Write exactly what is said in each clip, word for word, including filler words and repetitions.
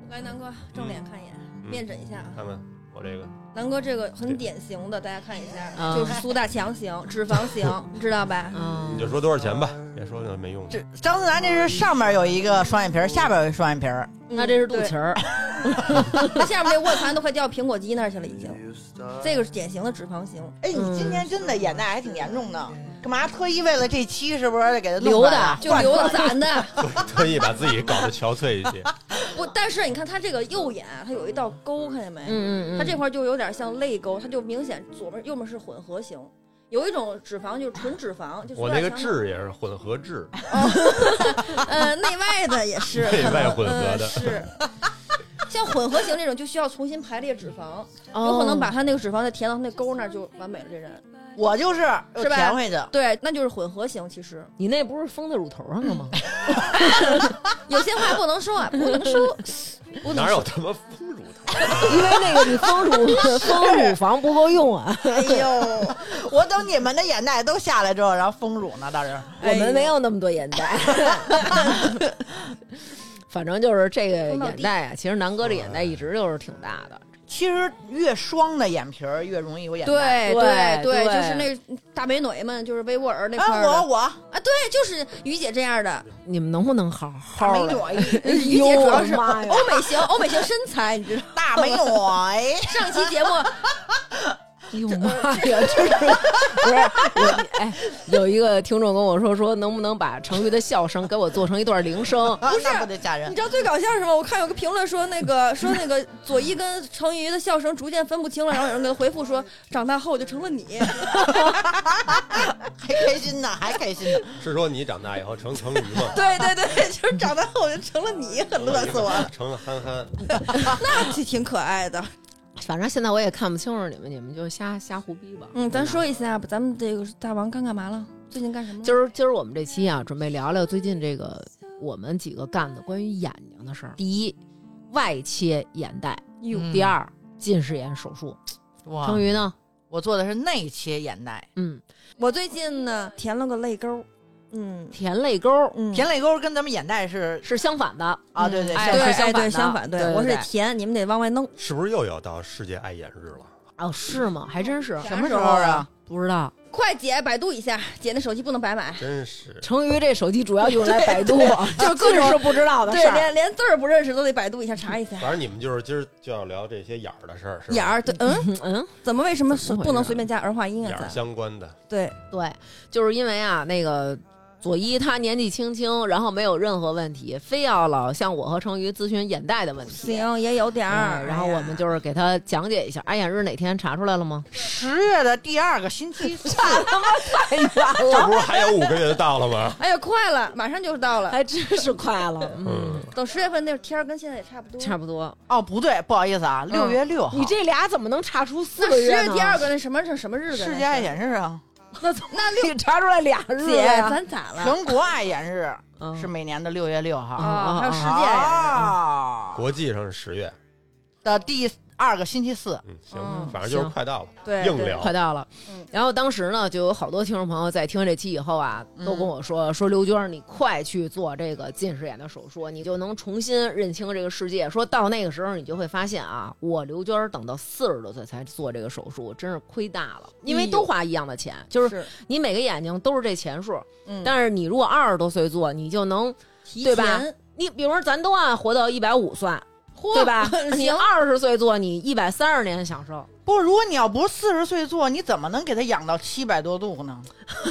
来，南哥正脸看一眼，嗯、面诊一下啊。 看看我这个。 南哥这个很典型的，大家看一下，嗯、就是苏大强型、脂肪型，你知道吧？ 嗯，你就说多少钱吧，别说那没用。 这张思楠这是上面有一个双眼皮，下边有一双眼皮， 那、嗯、这是肚脐儿。 他下面这卧蚕都快掉苹果肌那儿去了，已经。这个是典型的脂肪型。 哎，你今天真的眼袋还挺严重的。干嘛特意为了这期是不是给他留的就留的攒的特意把自己搞得憔悴一些不，但是你看他这个右眼它有一道沟，看见没？ 嗯嗯嗯， 他这块就有点像泪沟，它就明显左面右面是混合型，有一种脂肪就是纯脂肪，就是我那个痣也是混合痣呃内外的也是内外混合的、 呃、是像混合型这种就需要重新排列脂肪、哦、有可能把它那个脂肪再填到那沟那儿就完美了，这人我就是是吧？ 填回去， 对，那就是混合型。其实你那不是封在乳头上了吗？ 有些话不能说，不能说。不能说哪有他妈封乳头？ 因为那个你封乳封乳房不够用啊！ 哎呦，我等你们的眼袋都下来之后，然后封乳呢，到时候我们没有那么多眼袋。反正就是这个眼袋啊，其实南哥这眼袋一直就是挺大的。 其实越双的眼皮儿越容易有眼袋， 对对对, 对，就是那大美女们，就是维吾尔那块儿、 啊、我我啊， 对，就是于姐这样的。 你们能不能好好美女？ 于姐主要是欧美型，欧美型身材，你知道？ 大美女。 上期节目。 哎呦妈呀！这是不是我？哎，有一个听众跟我说说，能不能把成瑜的笑声给我做成一段铃声？ 不是， 不得吓人。 你知道最搞笑是什么？我看有个评论说，那个说那个左一跟成瑜的笑声逐渐分不清了，然后有人给他回复说，长大后就成了你， 还开心呢，还开心呢。 是说你长大以后成成瑜吗？ 对对对，就是长大后就成了你，很乐死我了， 成了憨憨， 那就挺可爱的。 反正现在我也看不清楚你们，你们就瞎瞎胡逼吧。 嗯，咱说一下吧，咱们这个大王干干嘛了？最近干什么了？ 今儿今儿我们这期啊，准备聊聊最近这个我们几个干的关于眼睛的事儿。第一，外切眼袋； 嗯、 第二，近视眼手术。成瑜呢？ 我做的是内切眼袋。 嗯， 我最近呢填了个泪沟。嗯， 填泪沟， 嗯， 填泪沟跟咱们眼袋是是相反的啊，对对， 哎， 对对相反的， 对相反，对，我是得填，你们得往外弄。 是不是又要到世界爱眼日了？ 哦，是吗？还真是， 什么时候啊？ 不知道。 快姐百度一下，姐那手机不能白买。 真是。 成瑜这手机主要用来百度， 就是各种是不知道的事儿， 对，连连字儿不认识都得百度一下查一下。 反正你们就是今儿就要聊这些眼儿的事儿，是吧？ 眼儿，对，嗯嗯，怎么为什么不能随便加儿化音啊？ 眼儿相关的。 对对，就是因为啊，那个。左一他年纪轻轻，然后没有任何问题，非要老向我和成瑜咨询眼袋的问题。 行，也有点儿、 嗯。然后我们就是给他讲解一下，爱眼日哪天查出来了吗？ 十月的第二个星期四， 差他妈太远了。 这不是还有五个月就到了吗？ 哎呀，快了，马上就到了， 还真是快了。 嗯， 等十月份那天跟现在也差不多， 差不多。 哦，不对，不好意思啊，六月六号、 嗯。你这俩怎么能查出四个月呢？ 十月第二个那什么什么日子？ 世界爱眼日啊。 那那你查出来俩日子呀？咱咋了？ 全国爱眼日、 嗯、 是每年的六月六号啊，还有世界爱眼日、 啊， 国际上是十月的第二个星期四。 嗯，行，嗯、反正就是快到了， 对， 硬聊快到了。嗯，然后当时呢，就有好多听众朋友在听这期以后啊，都跟我说、嗯、说刘娟，你快去做这个近视眼的手术，你就能重新认清这个世界。说到那个时候，你就会发现啊，我刘娟等到四十多岁才做这个手术，真是亏大了，因为都花一样的钱，就是你每个眼睛都是这钱数。嗯，但是你如果二十多岁做，你就能对吧？你比如说咱都按活到一百五算。对吧？你二十岁做，你一百三十年享受。 不，如果你要不是四十岁做，你怎么能给他养到七百多度呢？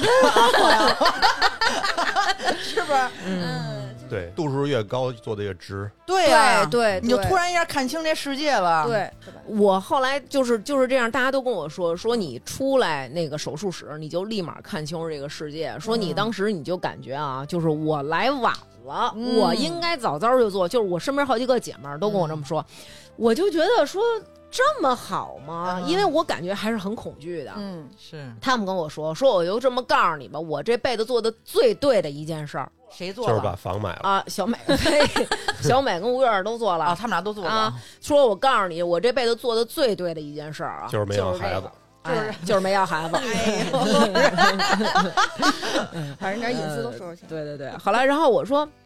是不是？ 嗯，对，度数越高，做的越直。 对呀、啊， 对， 你就突然一下看清这世界了。 对， 我后来就是就是这样，大家都跟我说，说你出来那个手术室，你就立马看清楚这个世界。说你当时你就感觉啊，就是我来晚了，嗯、我应该早早就做。就是我身边好几个姐妹都跟我这么说，嗯、我就觉得说。这么好吗？因为我感觉还是很恐惧的。 嗯，是他们跟我说，说我就这么告诉你吧，我这辈子做的最对的一件事儿， 谁做就是把房买了啊？小美，小美跟吴月都做了啊，他们俩都做了。 啊、说我告诉你，我这辈子做的最对的一件事儿啊， 就是没要孩子， 就是、哎、就是没要孩子。 哎呦，反正点隐私都说出去、 呃。对对对，后来然后我说。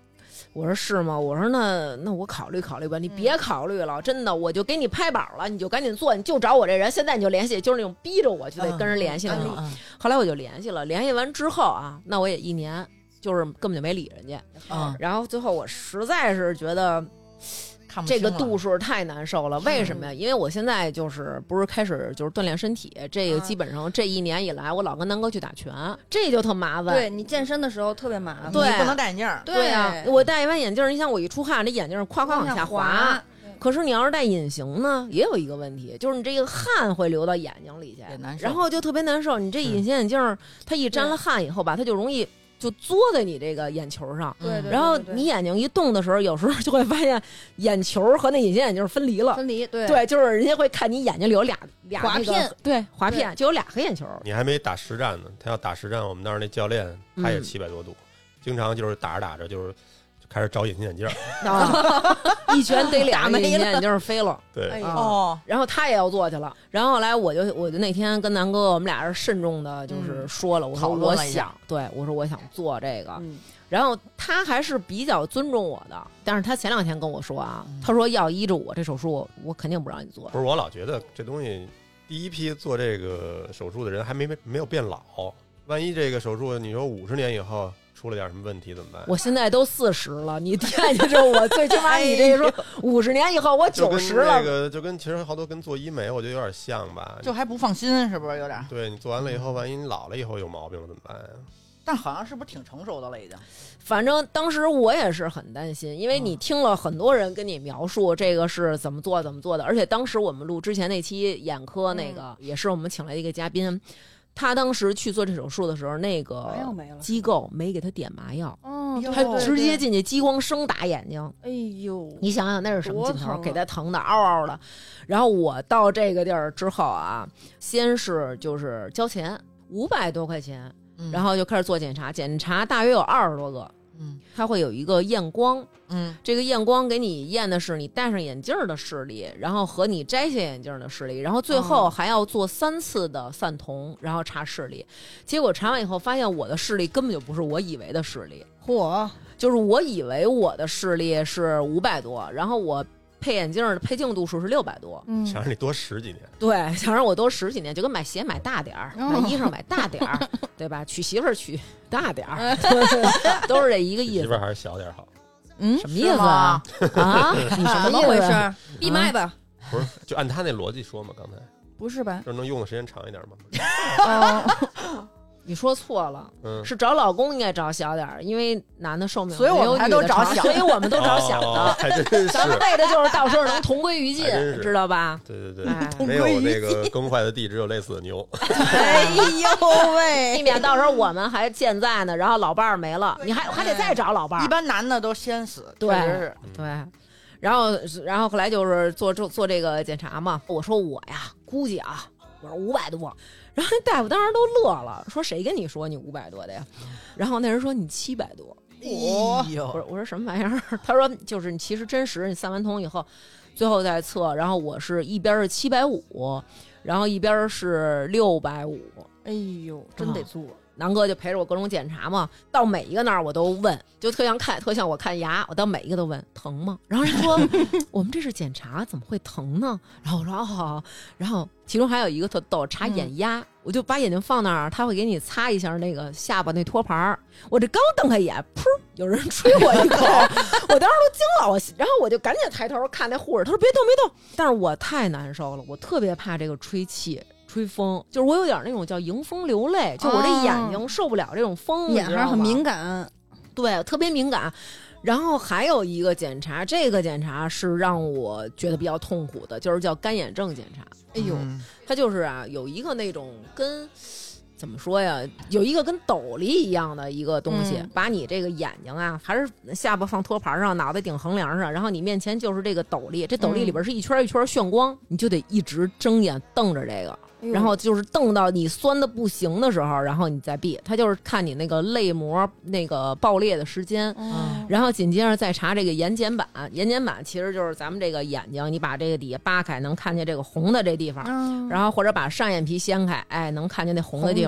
我说是吗？我说那那我考虑考虑吧，你别考虑了，嗯、真的，我就给你拍板了，你就赶紧做，你就找我这人，现在你就联系，就是那种逼着我就得跟人联系那种。嗯嗯、后来我就联系了，联系完之后啊，那我也一年就是根本就没理人家。嗯、然后最后我实在是觉得。这个度数太难受了，为什么呀？因为我现在就是不是开始就是锻炼身体，这个基本上这一年以来，我老跟南哥去打拳，这就特麻烦。 对你健身的时候特别麻烦， 对， 你不能戴眼镜。 对呀、啊，我戴完眼镜，你想我一出汗，这眼镜夸夸往下滑。可是你要是戴隐形呢，也有一个问题，就是你这个汗会流到眼睛里去，然后就特别难受。你这隐形眼镜它一沾了汗以后吧，它就容易。就嘬在你这个眼球上， 对， 然后你眼睛一动的时候，有时候就会发现眼球和那隐形眼镜分离了， 分离，对， 对，就是人家会看你眼睛里有俩俩划片， 对，划片就有俩黑眼球。 你还没打实战呢，他要打实战，我们那儿那教练他也七百多度，嗯、经常就是打着打着就是。开始找隐形眼镜， 啊、一拳逮俩隐形眼镜飞了。 对， 哦，然后他也要做去了。然后后来我就我就那天跟南哥，我们俩是慎重的，就是说了，嗯、我说我想，对我说我想做这个。嗯、然后他还是比较尊重我的，但是他前两天跟我说啊，嗯、他说要依着我这手术，我肯定不让你做。 不是，我老觉得这东西，第一批做这个手术的人还没没没有变老，万一这个手术你说五十年以后。出了点什么问题怎么办？ 我现在都四十了，你惦记着我，最起码你这说五十年以后我九十了。 这个就跟其实好多跟做医美，我觉得有点像吧， 就还不放心，是不是有点？ 对你做完了以后，万一你老了以后有毛病了怎么办呀？ 但好像是不是挺成熟的了已经？ 反正当时我也是很担心，因为你听了很多人跟你描述这个是怎么做怎么做的，而且当时我们录之前那期眼科那个、嗯、也是我们请来的一个嘉宾。他当时去做这手术的时候，那个机构没给他点麻药， 哦， 他直接进去激光生打眼睛。 哎呦， 你想想那是什么劲头，给他疼的嗷嗷的。然后我到这个地儿之后啊，先是就是交钱五百多块钱，嗯、然后就开始做检查，检查大约有二十多个。嗯，它会有一个验光，嗯，这个验光给你验的是你戴上眼镜的视力，然后和你摘下眼镜的视力，然后最后还要做三次的散瞳，然后查视力。结果查完以后发现我的视力根本就不是我以为的视力， 嚯！ 就是我以为我的视力是五百多，然后我配眼镜的配镜度数是六百多， 嗯，想让你多十几年， 对，想让我多十几年，就跟买鞋买大点儿，买衣裳买大点儿，对吧？娶媳妇儿娶大点儿，都是这一个意思。 媳妇儿还是小点好。 嗯，什么意思啊？啊，你什么回事？闭麦吧。 不是，就按他那逻辑说嘛，刚才不是吧？ 就是能用的时间长一点嘛。 哦。你说错了，嗯，是找老公应该找小点儿，因为男的寿命所以我们还都找小， 所以我们都找小的， 哦、还真是咱们为的就是到时候能同归于尽，知道吧？ 对对对，哎、没有那个更坏的地，只有累死的牛。 哎呦喂， 避免到时候我们还健在呢，然后老伴儿没了，你还还得再找老伴儿。 一般男的都先死， 对，是对。然后然后后来就是做做做这个检查嘛，我说我呀，估计啊，我说五百多。然后那大夫当时都乐了，说谁跟你说你五百多的呀？然后那人说你七百多。 我、哎、 我说我说什么玩意儿？他说就是你其实真实你散完瞳以后，最后再测，然后我是一边是七百五，然后一边是六百五。 哎呦，真得做。 南哥就陪着我各种检查嘛，到每一个那儿我都问，就特像看特像我看牙，我到每一个都问疼吗？然后人说我们这是检查，怎么会疼呢？然后我说哦好好，然后其中还有一个特逗，查眼压、嗯，我就把眼睛放那儿，他会给你擦一下那个下巴那托盘儿。我这刚瞪开眼，噗，有人吹我一口，我当时都惊了，我然后我就赶紧抬头看那护士，他说别动别动，但是我太难受了，我特别怕这个吹气。吹风，就是我有点那种叫迎风流泪，就我这眼睛受不了这种风， 眼还很敏感， 对，特别敏感。然后还有一个检查，这个检查是让我觉得比较痛苦的，就是叫干眼症检查。哎呦，嗯、它就是啊，有一个那种跟怎么说呀，有一个跟斗笠一样的一个东西，嗯、把你这个眼睛啊，还是下巴放托盘上，脑袋顶横梁上，然后你面前就是这个斗笠，这斗笠里边是一圈一圈炫光，嗯、你就得一直睁眼瞪着这个。然后就是瞪到你酸的不行的时候，然后你再闭，它就是看你那个泪膜那个爆裂的时间，嗯、然后紧接着再查这个眼睑板，眼睑板其实就是咱们这个眼睛，你把这个底下扒开能看见这个红的这地方，嗯、然后或者把上眼皮掀开，哎，能看见那红的地方，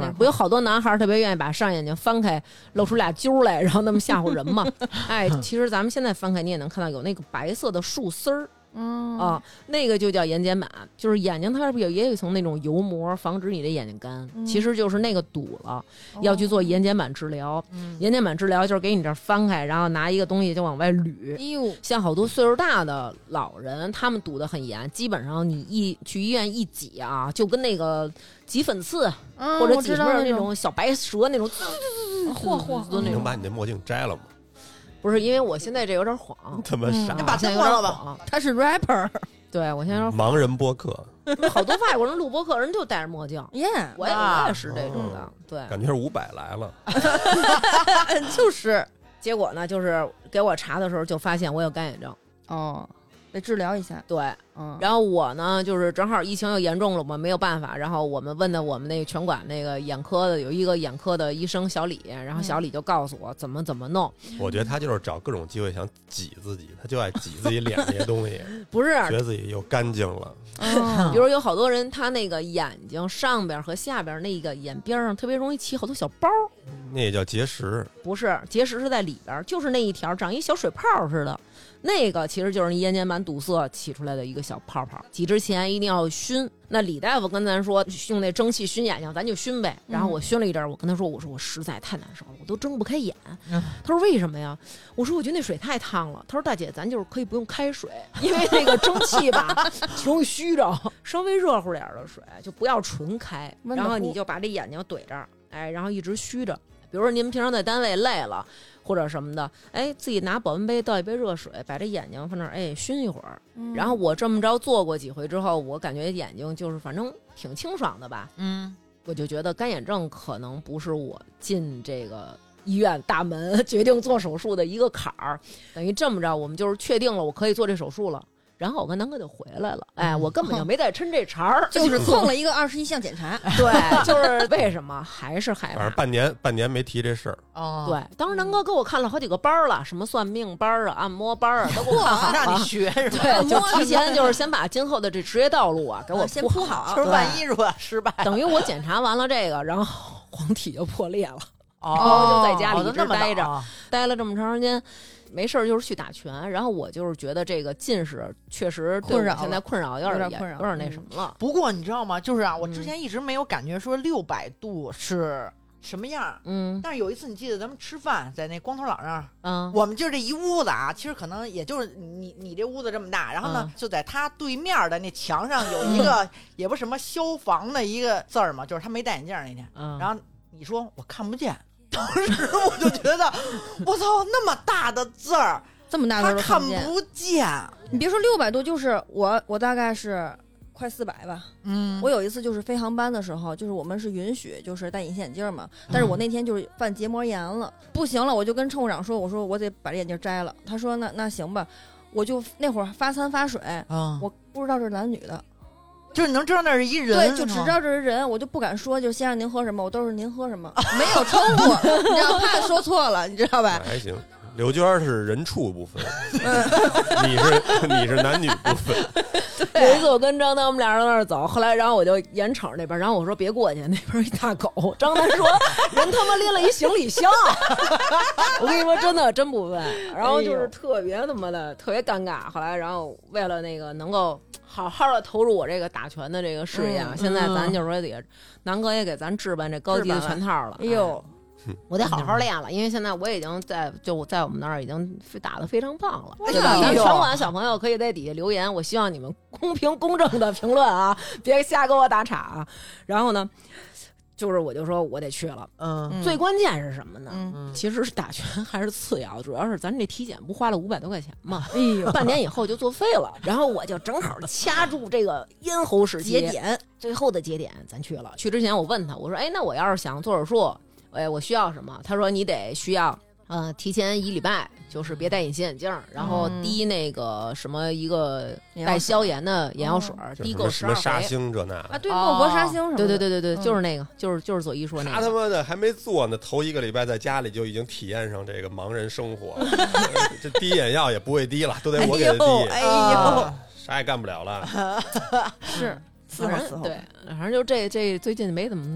点不有好多男孩特别愿意把上眼睛翻开，露出俩揪来，然后那么吓唬人吗？哎，其实咱们现在翻开，你也能看到有那个白色的树丝儿。 嗯啊，那个就叫眼睑板，就是眼睛它有也有一层那种油膜，防止你的眼睛干。 嗯、 其实就是那个堵了，哦、要去做眼睑板治疗。嗯、眼睑板治疗就是给你这翻开，然后拿一个东西就往外捋。 哎呦， 像好多岁数大的老人，他们堵得很严，基本上你一去医院一挤啊，就跟那个挤粉刺、 嗯、 或者挤什么那种小白蛇那种， 嚯嚯， 你能把你那墨镜摘了吗？ 不是，因为我现在这有点晃， 他妈傻， 你把它换了吧。 他是 rapper， 对我现在有点盲人播客， 好多外国人录播客人就戴着墨镜， 耶、yeah, 我也、啊、我也是这种的， 嗯、 对， 感觉是伍佰来了， 就是， 结果呢，就是给我查的时候就发现我有干眼症， 哦，得治疗一下， 对。嗯，然后我呢，就是正好疫情又严重了嘛，没有办法。然后我们问的我们那个拳馆那个眼科的有一个眼科的医生小李，然后小李就告诉我怎么怎么弄。 我觉得他就是找各种机会想挤自己，他就爱挤自己脸那些东西， 不是觉得自己又干净了。 嗯、比如有好多人，他那个眼睛上边和下边那个眼边上特别容易起好多小包， 那也叫结石。 不是，结石是在里边，就是那一条长一小水泡似的。那个其实就是你眼睑板堵塞起出来的一个小泡泡，挤之前一定要熏。那李大夫跟咱说用那蒸汽熏眼睛，咱就熏呗。然后我熏了一阵，我跟他说，我说我实在太难受了，我都睁不开眼。嗯、他说为什么呀？我说我觉得那水太烫了。他说大姐，咱就是可以不用开水，因为那个蒸汽吧容易虚着，稍微热乎点的水就不要纯开，然后你就把这眼睛怼着，哎，然后一直虚着。比如说您平常在单位累了或者什么的，哎，自己拿保温杯倒一杯热水，把这眼睛放那儿，哎，熏一会儿。嗯、然后我这么着做过几回之后，我感觉眼睛就是反正挺清爽的吧。嗯，我就觉得干眼症可能不是我进这个医院大门决定做手术的一个坎儿。等于这么着，我们就是确定了我可以做这手术了。然后我跟南哥就回来了，哎，我根本就没带抻这茬儿， 就是碰了一个二十一项检查。 对，就是为什么还是害怕？ 反正半年半年没提这事儿。 哦，对，当时南哥给我看了好几个班了，什么算命班啊、按摩班啊，都给我看好了， 让你学是吧？ 对，就提前就是先把今后的这职业道路啊给我先铺好， 就是万一如果失败， 等于我检查完了这个，然后黄体就破裂了， 哦， 然后就在家里一直哦待着，待了这么长时间。没事就是去打拳，然后我就是觉得这个近视确实对我现在困扰有点困扰， 有点那什么了。 不过你知道吗？就是啊，我之前一直没有感觉说六百度是什么样，嗯，但是有一次你记得咱们吃饭在那光头佬那儿，嗯，我们就这一屋子啊，其实可能也就是你你这屋子这么大，然后呢，嗯、就在他对面的那墙上有一个、嗯、也不什么消防的一个字儿嘛，就是他没戴眼镜那天，嗯，然后你说我看不见。当时我就觉得，我操，那么大的字儿， 这么大的字他看不见。 你别说六百度，就是我，我大概是快四百吧。嗯，我有一次就是飞航班的时候，就是我们是允许就是戴隐形眼镜嘛，但是我那天就是犯结膜炎了，嗯、不行了，我就跟乘务长说，我说我得把这眼镜摘了。他说那那行吧，我就那会儿发餐发水，嗯、我不知道这是男女的。 就是你能知道那是一人， 对，就只知道这是人，我就不敢说，就先生您喝什么，我都是您喝什么，没有称呼，你知道，怕说错了，你知道吧？ 还行，刘娟是人畜部分，你是你是男女部分。 有一次我跟张丹我们俩人在那儿走，后来然后我就眼瞅那边，然后我说别过去，那边一大狗。张丹说人他妈拎了一行李箱，我跟你说真的真不问，然后就是特别他妈的特别尴尬。后来然后为了那个能够好好的投入我这个打拳的这个事业，嗯、现在咱就说也南哥也给咱置办这高级的拳套了。 哎呦。 我得好好练了，因为现在我已经在就在我们那儿已经打得非常棒了， 对吧？咱拳馆小朋友可以在底下留言，我希望你们公平公正的评论啊，别瞎给我打岔啊。然后呢，就是我就说我得去了，嗯，最关键是什么呢？嗯，其实是打拳还是次要，主要是咱这体检不花了五百多块钱嘛，哎呦，半年以后就作废了。然后我就正好掐住这个咽喉时期节点， 最后的节点，咱去了。去之前我问他，我说，哎，那我要是想做手术。哎，我需要什么？他说你得需要，呃，提前一礼拜，就是别戴隐形眼镜，然后滴那个什么一个带消炎的眼药水，嗯、滴够十二回。 什么沙星这那啊？对，莫泊沙星什么的。 对对对对对，就是那个，就是就是左一说那个。 他他妈的还没做呢，头一个礼拜在家里就已经体验上这个盲人生活，这滴眼药也不会滴了，都得我给他滴。 哎呦，哎呦啥也干不了了。 是，伺候伺候。 对，反正就这这最近没怎么。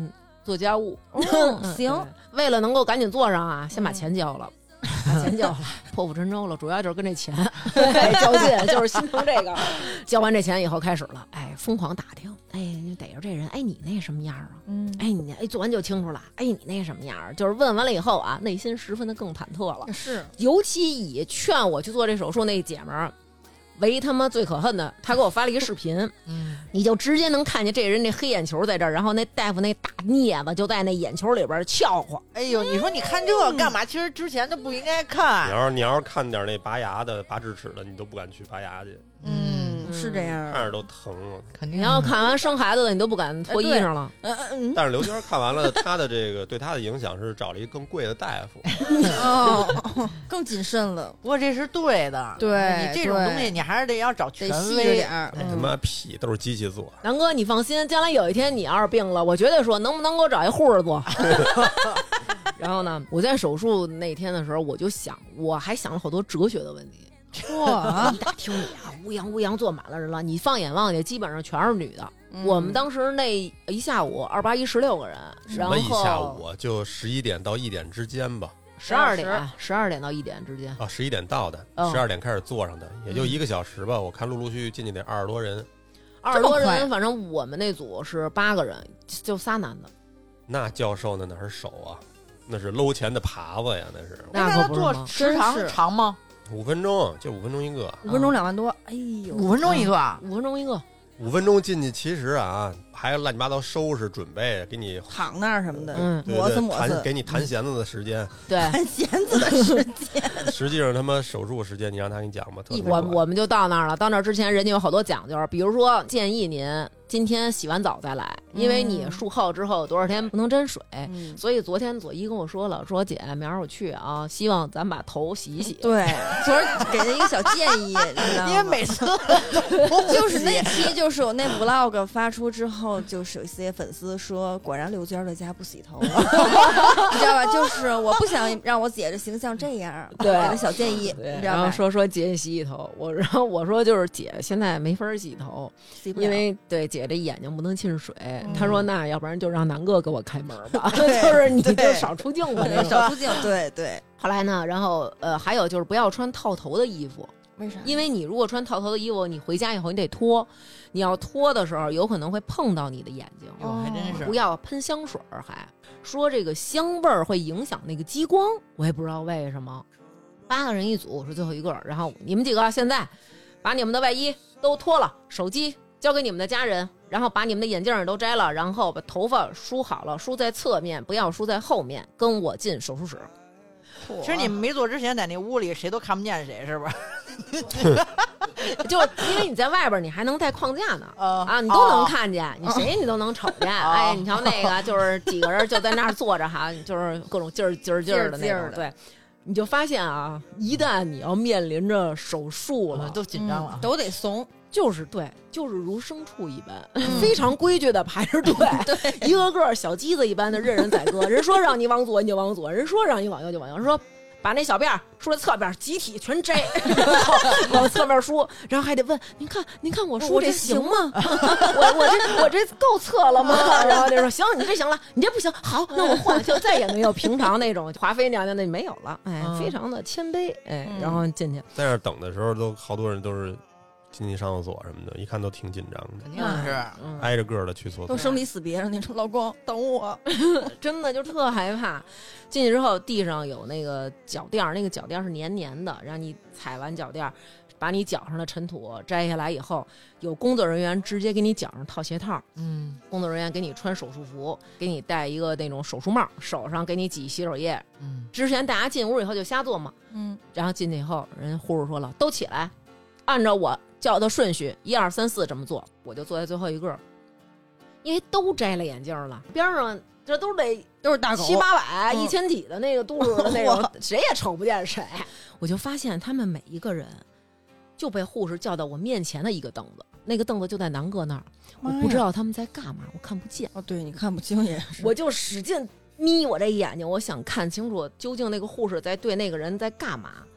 做家务。 哦，行， 为了能够赶紧做上啊，先把钱交了。把钱交了，破釜沉舟了，主要就是跟这钱较劲，就是心疼这个。交完这钱以后开始了，哎，疯狂打听，哎，你逮着这人，哎，你那什么样啊？嗯，哎，你哎做完就清楚了，哎，你那什么样？就是问完了以后啊，内心十分的更忐忑了。 是， 尤其以劝我去做这手术那姐们儿。唯他妈最可恨的，他给我发了一个视频，嗯，你就直接能看见这人那黑眼球在这儿，然后那大夫那大镊子就在那眼球里边撬和。 哎呦，你说你看这干嘛？其实之前都不应该看。 你要是你要是看点那拔牙的、拔智齿的，你都不敢去拔牙去。 嗯，是这样， 看着都疼了。 肯定。 你要看完生孩子的，你都不敢脱衣裳了。 嗯嗯。 但是刘娟看完了，她的这个对她的影响是找了一个更贵的大夫。 哦，更谨慎了。 不过这是对的。 对， 你这种东西你还是得要找权威点儿。 他妈屁都是机器做。 南哥，你放心，将来有一天你要是病了，我绝对说能不能给我找一护士做。然后呢，我在手术那天的时候，我就想，我还想了好多哲学的问题。哇！一大厅里啊，乌泱乌泱坐满了人了，你放眼望去，基本上全是女的。嗯、我们当时那一下午二八一十六个人，然后一下午就十一点到一点之间吧， 十二点，十二点到一点之间啊，十一点到的，十二点开始坐上的，也就一个小时吧。我看陆陆续续进去得二十多人， 二十多人，反正我们那组是八个人，就仨男的。 那教授那哪是手啊？那是搂钱的耙子呀，那是。 那可不是吗？ 时长长吗？ 五分钟，就五分钟一个。 五分钟两万多，哎呦， 五分钟一个， 五分钟一个。 五分钟进去，其实啊，还乱七八糟收拾准备，给你躺那儿什么的， 嗯， 磨蹭磨蹭， 给你弹弦子的时间， 对， 弹弦子的时间。 实际上他妈手术时间，你让他给你讲吧。 我我们就到那儿了，到那儿之前人家有好多讲究，比如说建议您今天洗完澡再来，因为你术后之后多少天不能沾水，嗯、所以昨天左一跟我说了，说姐明儿我去啊，希望咱把头洗一洗。 对，昨儿给人一个小建议， 因为每次就是那期就是我那 vlog 发出之后，就是有一些粉丝说，果然刘娟在家不洗头了，你知道吧？就是我不想让我姐的形象这样， 对， 给个小建议，你知道吧？ 然后说说姐你洗洗头，我然后我说就是姐现在没法洗头， 洗不因为对姐这眼睛不能进水。嗯、他说那要不然就让南哥给我开门吧，就是你就少出镜吧，那少出镜。对对。 后来呢，然后呃还有就是不要穿套头的衣服。 为啥？ 因为你如果穿套头的衣服，你回家以后你得脱，你要脱的时候有可能会碰到你的眼睛。 哦，还真是。 不要喷香水，还说这个香味儿会影响那个激光，我也不知道为什么。八个人一组，我是最后一个，然后你们几个现在把你们的外衣都脱了，手机交给你们的家人，然后把你们的眼镜都摘了，然后把头发梳好了，梳在侧面，不要梳在后面，跟我进手术室。 其实你们没做之前，在那屋里谁都看不见谁，是不是？ 就因为你在外边，你还能带框架呢， 呃、 啊，你都能看见，哦、你谁你都能瞅见。哦、哎，你瞧那个，就是几个人就在那儿坐着哈，就是各种劲儿劲儿劲儿的那种，对。你就发现啊，一旦你要面临着手术了， 嗯、都紧张了、 嗯，都得怂。 就是对，就是如牲畜一般，嗯、非常规矩的排着队， 对， 一个个小鸡子一般的任人宰割。人说让你往左你就往左，人说让你往右就往右，人说把那小辫梳在侧边，集体全摘，往侧面梳，然后还得问您看您看我梳这行吗？我我这我这够侧了吗？然后就说行，你这行了，你这不行，好，那我换，就再也没有平常那种华妃娘娘那没有了，哎，嗯、非常的谦卑，哎，然后进去在那等的时候，都好多人都是。进去上厕所什么的，一看都挺紧张的， 肯定是、 嗯、挨着个的去厕所， 都生离死别了那种。老公等我， 真的就特害怕。进去之后，地上有那个脚垫，那个脚垫是黏黏的，让你踩完脚垫，把你脚上的尘土摘下来以后，有工作人员直接给你脚上套鞋套，嗯，工作人员给你穿手术服，给你戴一个那种手术帽，手上给你挤洗手液，嗯，之前大家进屋以后就瞎做嘛，嗯，然后进去以后，人护士说了，都起来，按照我叫的顺序一二三四这么做，我就坐在最后一个，因为都摘了眼镜了，边上这都得都是大狗七八百、嗯、一千几的那个度数的那种，谁也瞅不见谁。我就发现他们每一个人就被护士叫到我面前的一个凳子，那个凳子就在南哥那儿，我不知道他们在干嘛，我看不见。 哦，对，你看不清也是， 我就使劲眯我这眼睛，我想看清楚究竟那个护士在对那个人在干嘛。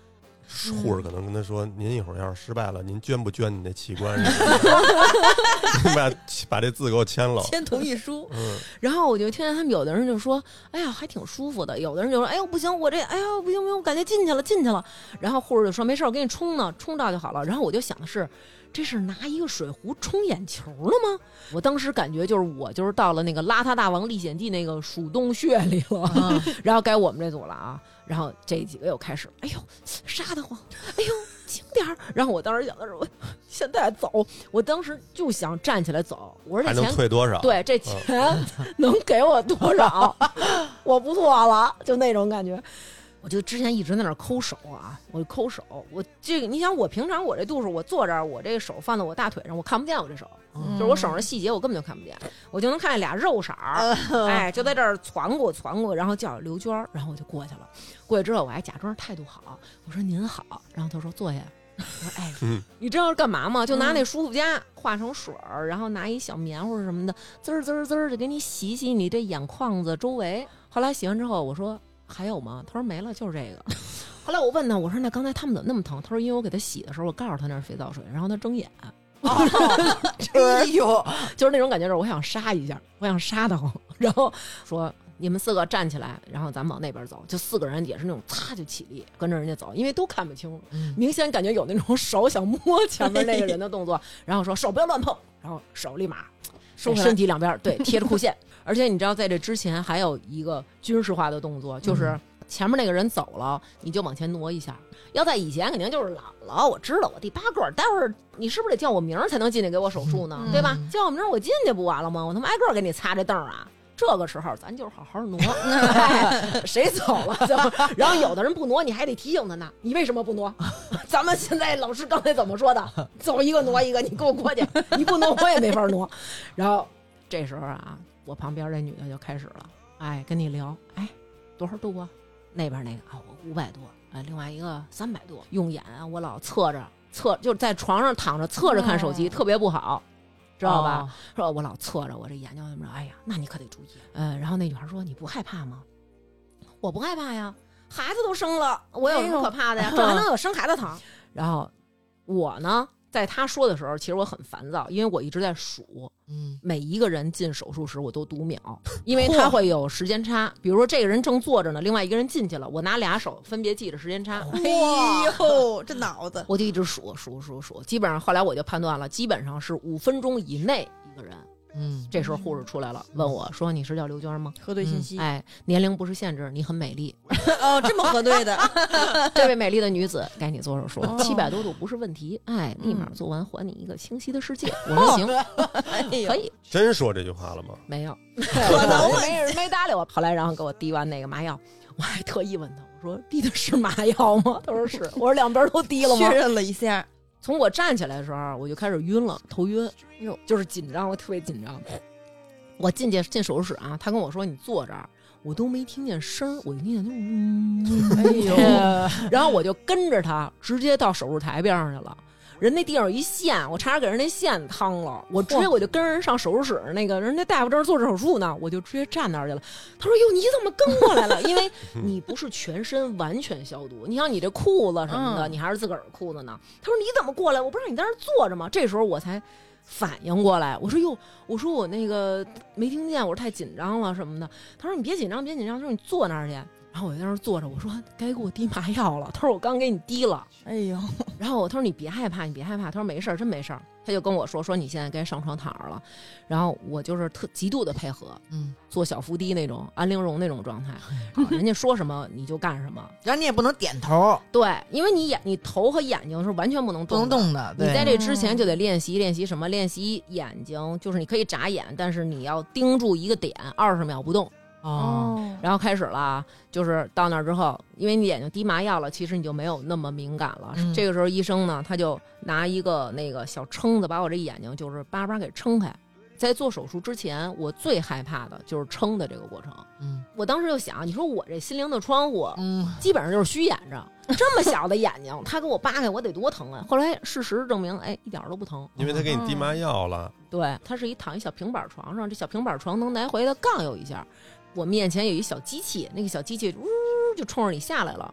护士可能跟他说：“您一会儿要是失败了，您捐不捐你那器官？把把这字给我签了， 签同意书。” 嗯， 然后我就听见他们有的人就说：“哎呀，还挺舒服的。”有的人就说：“哎呦，不行，我这哎呀，不行不行，我感觉进去了，进去了。”然后护士就说：“没事，我给你冲呢，冲到就好了。”然后我就想的是，这是拿一个水壶冲眼球了吗？我当时感觉就是我就是到了那个邋遢大王历险记那个鼠洞穴里了，嗯、然后该我们这组了啊。然后这几个又开始，哎呦，杀得慌，哎呦，轻点儿。然后我当时想的是，我现在走，我当时就想站起来走。我说这钱还能退多少？ 对，这钱能给我多少？我不错了，就那种感觉。我就之前一直在那儿抠手啊，我就抠手。我这个，你想，我平常我这度数，我坐这儿，我这个手放在我大腿上，我看不见我这手，嗯、就是我手上细节我根本就看不见，我就能看见俩肉色儿，哎，就在这儿攒过攒过，然后叫刘娟，然后我就过去了。过去之后，我还假装态度好，我说您好，然后他说坐下。我说哎，嗯、你知道是干嘛吗？就拿那舒肤佳化成水儿，然后拿一小棉花什么的，滋儿滋儿滋儿就给你洗洗你这眼眶子周围。后来洗完之后，我说。还有吗？他说没了，就是这个。后来我问他，我说那刚才他们怎么那么疼？他说因为我给他洗的时候，我告诉他那是肥皂水，然后他睁眼。哦、 哎呦， 就是那种感觉，就是我想杀一下，我想杀他。然后说你们四个站起来，然后咱们往那边走。就四个人也是那种擦就起立，跟着人家走，因为都看不清，嗯、明显感觉有那种手想摸前面那个人的动作。然后说手不要乱碰，然后手立马收身体两边对贴着裤线。而且你知道，在这之前还有一个军事化的动作，就是前面那个人走了，你就往前挪一下。要在以前肯定就是姥姥，我知道我第八个，待会儿你是不是得叫我名才能进去给我手术呢？嗯、对吧？叫我名我进去不完了吗？我他妈挨个给你擦这凳啊！这个时候咱就是好好挪，哎、谁走了就，然后有的人不挪，你还得提醒他呢。你为什么不挪？咱们现在老师刚才怎么说的？走一个挪一个，你给我过去，你不挪我也没法挪。然后这时候啊。我旁边这女的就开始了，哎，跟你聊，哎，多少度啊？那边那个啊，我五百多，哎，另外一个三百多。用眼啊，我老侧着侧，就在床上躺着侧着看手机，哦、特别不好，知道吧？哦、说我老侧着，我这眼睛怎么着？哎呀，那你可得注意。嗯，然后那女孩说：“你不害怕吗？”我不害怕呀，孩子都生了，我有什么可怕的呀？这还能有生孩子疼？然后我呢？在他说的时候，其实我很烦躁，因为我一直在数，嗯，每一个人进手术室我都读秒，因为他会有时间差。比如说这个人正坐着呢，另外一个人进去了，我拿俩手分别记着时间差。 哎呦，这脑子！ 我就一直数数数数，基本上后来我就判断了，基本上是五分钟以内一个人。嗯，这时候护士出来了，问我说：“你是叫刘娟吗？” 核对信息、 嗯。哎，年龄不是限制，你很美丽。 哦，这么核对的。 这位美丽的女子，该你做手术，七百多度不是问题。哎，立马做完，还你一个清晰的世界。我说行，可以。 真说这句话了吗？ 没有，可能没人没搭理我。后来，然后给我滴完那个麻药，我还特意问他，我说滴的是麻药吗？他说是。我说两边都滴了吗？ 确认了一下。 从我站起来的时候，我就开始晕了，头晕，哟，就是紧张，我特别紧张。我进去进手术室啊，他跟我说你坐这儿，我都没听见声，我就听见嗯，哎呦，然后我就跟着他直接到手术台边上去了。人那地上有一线，我差点给人那线趟了，我直接我就跟人上手术室，那个人家大夫正做手术呢，我就直接站那儿去了。他说：“哟，你怎么跟过来了？因为你不是全身完全消毒，你像你这裤子什么的，嗯、你还是自个儿裤子呢。”他说：“你怎么过来？我不知道你在那儿坐着吗？”这时候我才反应过来，我说：“哟，我说我那个没听见，我说太紧张了什么的。”他说：“你别紧张，别紧张，他说你坐那儿去。”然后我在那儿坐着，我说该给我滴麻药了。他说我刚给你滴了， 哎呦。 然后我他说你别害怕，你别害怕。他说没事，真没事。他就跟我说说你现在该上床躺着了。然后我就是特极度的配合，嗯，做小伏低那种安陵容那种状态。好，人家说什么你就干什么， 然后你也不能点头。 对，因为你眼你头和眼睛是完全不能动的， 不能动的。 你在这之前就得练习练习什么？练习眼睛，就是你可以眨眼，但是你要盯住一个点，二十秒不动。哦，然后开始了，就是到那儿之后，因为你眼睛滴麻药了，其实你就没有那么敏感了。嗯、这个时候医生呢，他就拿一个那个小撑子，把我这眼睛就是叭叭给撑开。在做手术之前，我最害怕的就是撑的这个过程。嗯，我当时就想，你说我这心灵的窗户，嗯，基本上就是虚掩着，这么小的眼睛，他给我扒开，我得多疼啊！后来事实证明，哎，一点都不疼， 因为他给你滴麻药了。 嗯、对，他是一躺一小平板床上，这小平板床能来回的杠悠一下。我面前有一小机器，那个小机器呜就冲着你下来了，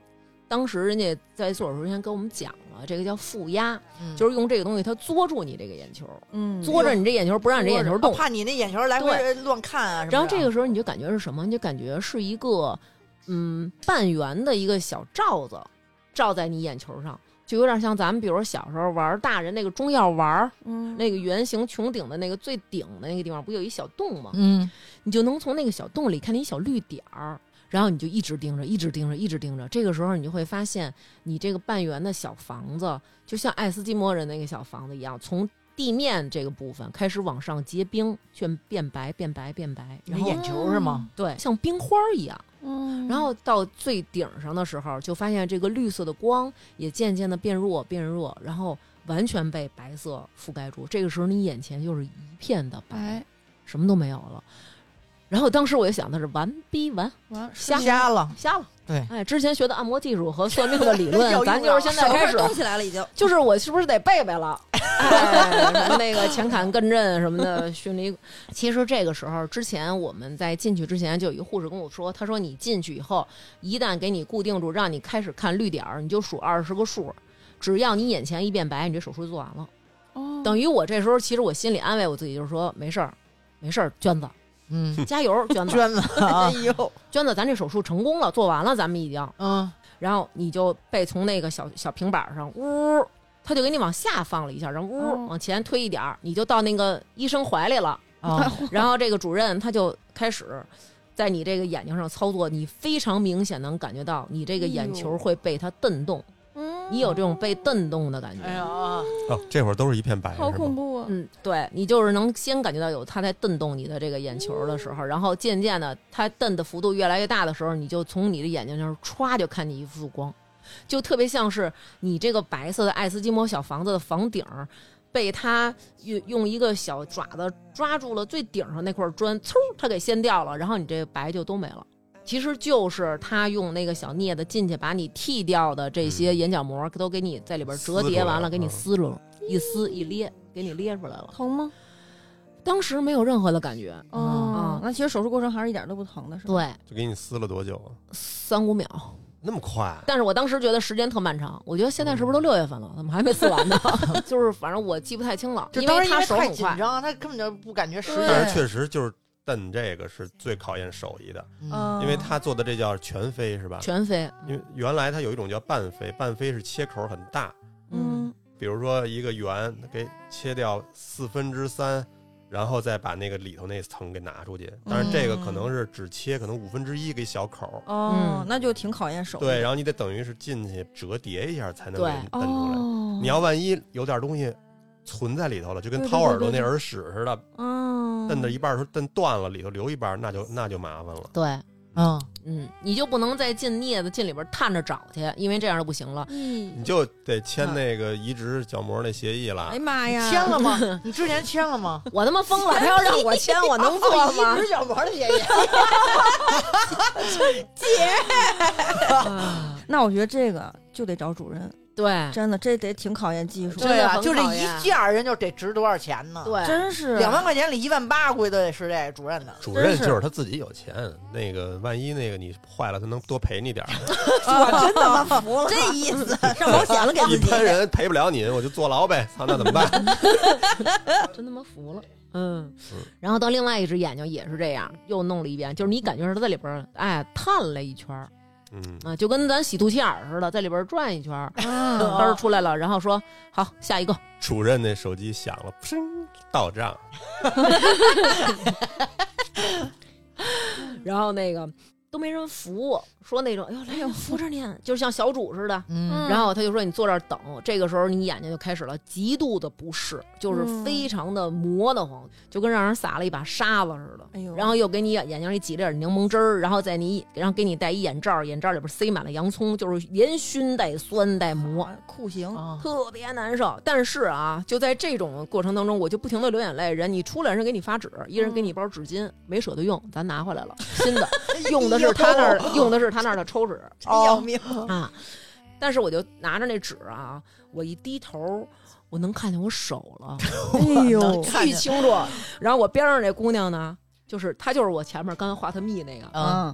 当时人家在做手术之前跟我们讲了，这个叫负压，嗯、就是用这个东西它作住你这个眼球，嗯，作着你这眼球，不让你这眼球动， 怕你那眼球来回乱看啊。 然后这个时候你就感觉是什么？你就感觉是一个嗯半圆的一个小罩子，罩在你眼球上。就有点像咱们比如小时候玩大人那个中药丸，嗯，那个圆形穹顶的那个最顶的那个地方不有一小洞吗？嗯，你就能从那个小洞里看见一小绿点儿，然后你就一直盯着一直盯着一直盯着，这个时候你就会发现你这个半圆的小房子就像爱斯基摩人那个小房子一样，从地面这个部分开始往上结冰，却变白变白变白，然后眼球是吗？ 对，像冰花一样。嗯，然后到最顶上的时候，就发现这个绿色的光也渐渐的变弱变弱，然后完全被白色覆盖住。这个时候你眼前就是一片的白，哎、什么都没有了。然后当时我就想的是完逼完完瞎瞎了瞎了。 对， 哎，之前学的按摩技术和算命的理论，咱就是现在开始动起来了，已经。 就是我是不是得背背了？哎，什么那个前坎艮震什么的训练。其实这个时候之前我们在进去之前，就有一个护士跟我说，他说你进去以后，一旦给你固定住，让你开始看绿点儿，你就数二十个数，只要你眼前一变白，你这手术就做完了。哦，等于我这时候其实我心里安慰我自己，就是说没事儿，没事儿，娟子。嗯，加油，娟子， 娟子，哎呦， 娟子，咱这手术成功了，做完了，咱们已经，嗯，然后你就被从那个小小平板上，呜，他就给你往下放了一下，然后呜、嗯、往前推一点，你就到那个医生怀里了啊、嗯。然后这个主任他就开始在你这个眼睛上操作，你非常明显能感觉到你这个眼球会被它蹬动。你有这种被蹬动的感觉，哎呀， 哦，这会儿都是一片白， 好恐怖啊！ 嗯，对，你就是能先感觉到有它在蹬动你的这个眼球的时候，然后渐渐的它蹬的幅度越来越大的时候，你就从你的眼睛上歘就看见一束光，就特别像是你这个白色的爱斯基摩小房子的房顶被它用用一个小爪子抓住了最顶上那块砖，嗖，它给掀掉了，然后你这个白就都没了。其实就是他用那个小镊子进去，把你剃掉的这些眼角膜都给你在里边折叠完了，给你撕了，一撕一咧，给你咧出来了。 疼吗？ 当时没有任何的感觉。 哦，嗯、那其实手术过程还是一点都不疼的，是吧？ 对， 就给你撕了多久啊？ 三五秒。 那么快？ 但是我当时觉得时间特漫长，我觉得现在是不是都六月份了，怎么还没撕完呢？就是反正我记不太清了，因为他手很快， 太紧张，他根本就不感觉时间。 但是确实就是。蹬这个是最考验手艺的，嗯、因为他做的这叫全飞是吧？ 全飞， 因为原来他有一种叫半飞，半飞是切口很大，嗯，比如说一个圆给切掉四分之三，然后再把那个里头那层给拿出去。但是这个可能是只切可能五分之一个小口， 哦，那就挺考验手艺。 对，然后你得等于是进去折叠一下才能给你蹬出来。哦、你要万一有点东西存在里头了，就跟掏耳朵那耳屎似的，嗯，蹬到一半的时候蹬断了，里头留一半，那就那就麻烦了。 对，嗯嗯，你就不能再进镊子进里边探着找去，因为这样就不行了。 嗯，你就得签那个移植角膜那协议了。 哎妈呀， 签了吗？你之前签了吗？ 我他妈疯了，他要让我签，我能做吗？ 移植角膜的协议， 姐，那我觉得这个就得找主任。 对， 真的这得挺考验技术。 对啊，就这一件人就得值多少钱呢？ 对， 真是两万块钱里一万八，估计都得是这主任的。 主任就是他自己有钱，那个万一那个你坏了，他能多赔你点儿。 我真他妈服了，这意思上保险了给自己。 一般人赔不了你，我就坐牢呗。操，那怎么办？ 真他妈服了。嗯，然后到另外一只眼睛也是这样，又弄了一遍，就是你感觉是他在里边哎探了一圈。嗯啊，就跟咱洗肚脐眼似的，在里边转一圈，嘚儿出来了，然后说好下一个。 主任那手机响了，砰，到账。 然后那个都没人扶，说那种哎呦来我扶着您，就像小主似的。嗯，然后他就说你坐这儿等。这个时候你眼睛就开始了极度的不适，就是非常的磨得慌，就跟让人撒了一把沙子似的。哎呦，然后又给你眼睛里挤了点柠檬汁儿，然后在你然后给你戴一眼罩，眼罩里边塞满了洋葱，就是连熏带酸带磨， 酷刑， 啊、特别难受。但是啊，就在这种过程当中，我就不停的流眼泪。人你出来人给你发纸，一人给你一包纸巾，没舍得用，咱拿回来了新的，用的是他那儿用的是他那儿的抽纸， 真要命啊！但是我就拿着那纸啊，我一低头，我能看见我手了， 哎呦， 巨清楚。然后我边上那姑娘呢，就是她，就是我前面刚才画她蜜那个，嗯，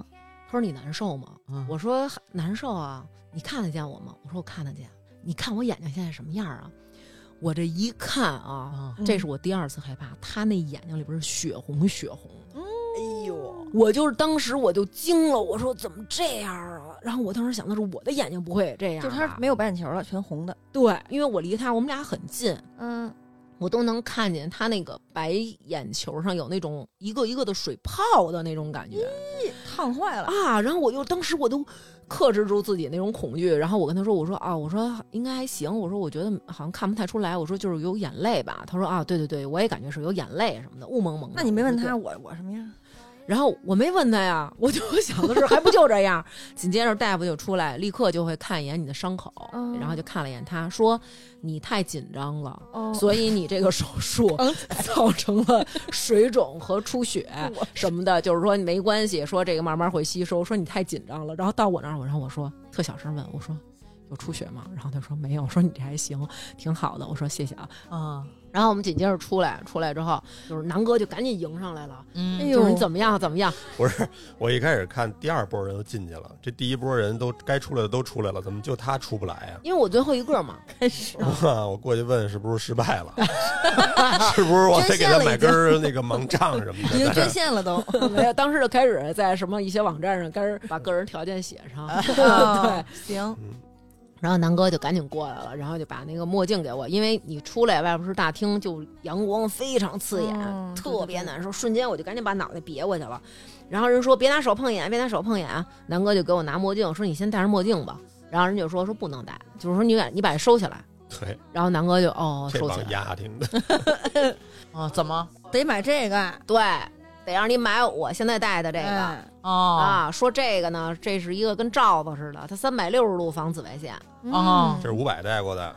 他说你难受吗？ 嗯、 我说难受啊。你看得见我吗？我说我看得见。你看我眼睛现在什么样啊？我这一看啊，嗯、这是我第二次害怕，他那眼睛里边是血红血红。 嗯，哎呦， 我就是当时我就惊了，我说怎么这样啊？然后我当时想的是我的眼睛不会这样， 就是他没有白眼球了，全红的。 对，因为我离他我们俩很近， 嗯， 我都能看见他那个白眼球上有那种一个一个的水泡的那种感觉， 烫坏了啊！然后我就当时我都克制住自己那种恐惧，然后我跟他说，我说啊，我说应该还行，我说我觉得好像看不太出来，我说就是有眼泪吧。他说啊，对对对，我也感觉是有眼泪什么的，雾蒙蒙的。 那你没问他我我什么样？ 然后我没问他呀，我就想的是还不就这样。紧接着大夫就出来，立刻就会看一眼你的伤口，嗯、然后就看了一眼他，说你太紧张了，哦、所以你这个手术造成了水肿和出血什么的，就是说没关系，说这个慢慢会吸收，说你太紧张了。然后到我那儿，我然后我说特小声问我说有出血吗？然后他说没有，我说你这还行，挺好的。我说谢谢啊，啊、嗯。然后我们紧接着出来，出来之后就是南哥就赶紧迎上来了，嗯，就是你怎么样怎么样？ 不是，我一开始看第二波人都进去了，这第一波人都该出来的都出来了，怎么就他出不来呀、啊？ 因为我最后一个嘛，开始、 啊，我过去问是不是失败了，是不是我得给他买根那个盲杖什么的？ 已经捐献了都， 没有，当时就开始在什么一些网站上开始把个人条件写上， 对，行。 嗯然后南哥就赶紧过来了，然后就把那个墨镜给我，因为你出来外边是大厅，就阳光非常刺眼，嗯、特别难受，瞬间我就赶紧把脑袋别过去了。然后人说别拿手碰眼，别拿手碰眼，南哥就给我拿墨镜，说你先戴上墨镜吧。然后人就说说不能戴，就是说你把你把它收起来。 对。 然后南哥就哦收起来。 这帮丫挺的。 啊，怎么得买这个？ 对。得让你买我现在戴的这个、 哎、 哦啊，说这个呢，这是一个跟罩子似的，它三百六十度防紫外线啊， 这是五百戴过的。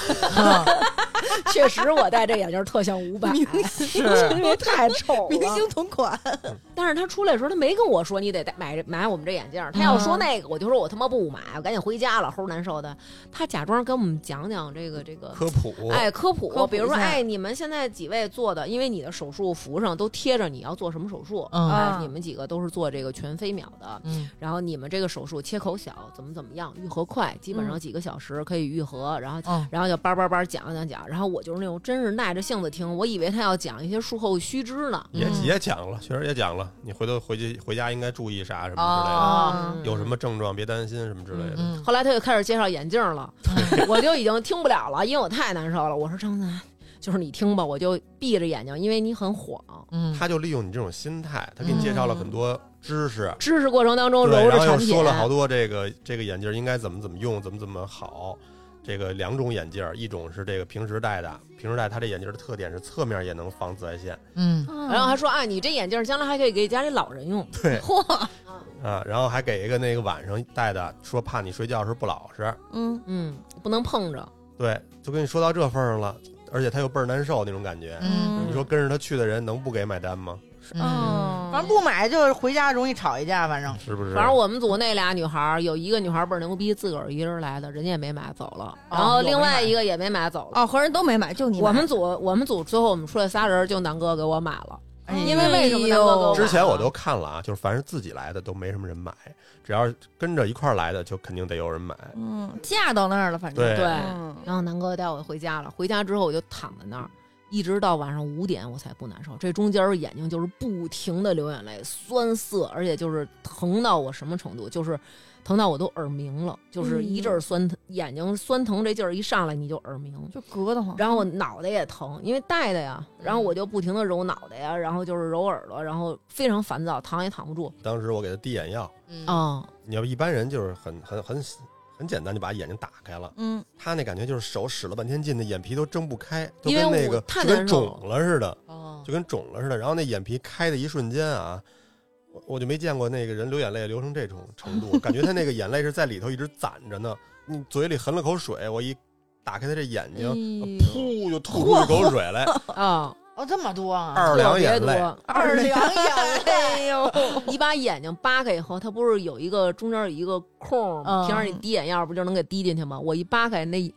确实，我戴这眼镜特像五百， 是因为太丑了， 明星同款。 但是他出来的时候，他没跟我说你得买买我们这眼镜，他要说那个，我就说我他妈不买，我赶紧回家了，齁难受的。他假装跟我们讲讲这个这个科普， 哎，科普， 科普比如说，哎，你们现在几位做的，因为你的手术服上都贴着你要做什么手术， 嗯， 哎、你们几个都是做这个全飞秒的， 嗯， 然后你们这个手术切口小，怎么怎么样，愈合快，基本上几个小时可以愈合，然后、 嗯、 然后就叭叭叭讲讲讲，然后我就是那种真是耐着性子听，我以为他要讲一些术后须知呢， 也、嗯、也讲了，确实也讲了，你回头回去回家应该注意啥什么之类的，哦、有什么症状别担心什么之类的。 嗯、后来他就开始介绍眼镜了，我就已经听不了了，因为我太难受了。我说张楠，就是你听吧，我就闭着眼睛，因为你很晃。 嗯，他就利用你这种心态，他给你介绍了很多知识， 嗯、知识过程当中揉着产品， 然后又说了好多这个这个眼镜应该怎么怎么用，怎么怎么好。这个两种眼镜，一种是这个平时戴的，平时戴它这眼镜的特点是侧面也能防紫外线， 嗯， 然后还说啊，你这眼镜将来还可以给家里老人用， 对， 嚯， 啊，然后还给一个那个晚上戴的，说怕你睡觉时不老实， 嗯嗯，不能碰着， 对，就跟你说到这份上了，而且他又倍儿难受那种感觉， 嗯， 你说跟着他去的人能不给买单吗？ 嗯，反正不买就是回家容易吵一架，反正是不是？ 反正我们组那俩女孩，有一个女孩倍儿牛逼，自个儿一人来的，人家也没买走了，然后另外一个也没买走了。 哦，和人都没买，就你买。 我们组我们组最后我们出来仨人，就南哥给我买了。因为为什么南哥给我买了？ 之前我都看了啊，就是凡是自己来的都没什么人买，只要跟着一块来的就肯定得有人买。 嗯，架到那儿了，反正对。 对嗯、然后南哥带我回家了，回家之后我就躺在那儿。一直到晚上五点我才不难受，这中间眼睛就是不停的流眼泪，酸涩，而且就是疼到我什么程度，就是疼到我都耳鸣了，就是一阵酸疼，眼睛酸疼这劲儿一上来你就耳鸣， 就疙瘩慌。 然后我脑袋也疼，因为戴的呀，然后我就不停的揉脑袋呀，然后就是揉耳朵，然后非常烦躁，躺也躺不住。 当时我给他滴眼药， 嗯，哦、 你要一般人就是很很很。很简单就把眼睛打开了，嗯，他那感觉就是手使了半天劲，那眼皮都睁不开，都跟那个就跟肿了似的，哦，就跟肿了似的。然后那眼皮开的一瞬间啊，我我就没见过那个人流眼泪流成这种程度，感觉他那个眼泪是在里头一直攒着呢。你嘴里含了口水，我一打开他这眼睛，噗、哎、就吐出一口水来啊。 哦，这么多啊！ 二两眼泪， 二两眼泪哟！ 你把眼睛扒开以后，它不是有一个中间有一个空，嗯、平常你滴眼药不就能给滴进去吗？我一扒开，那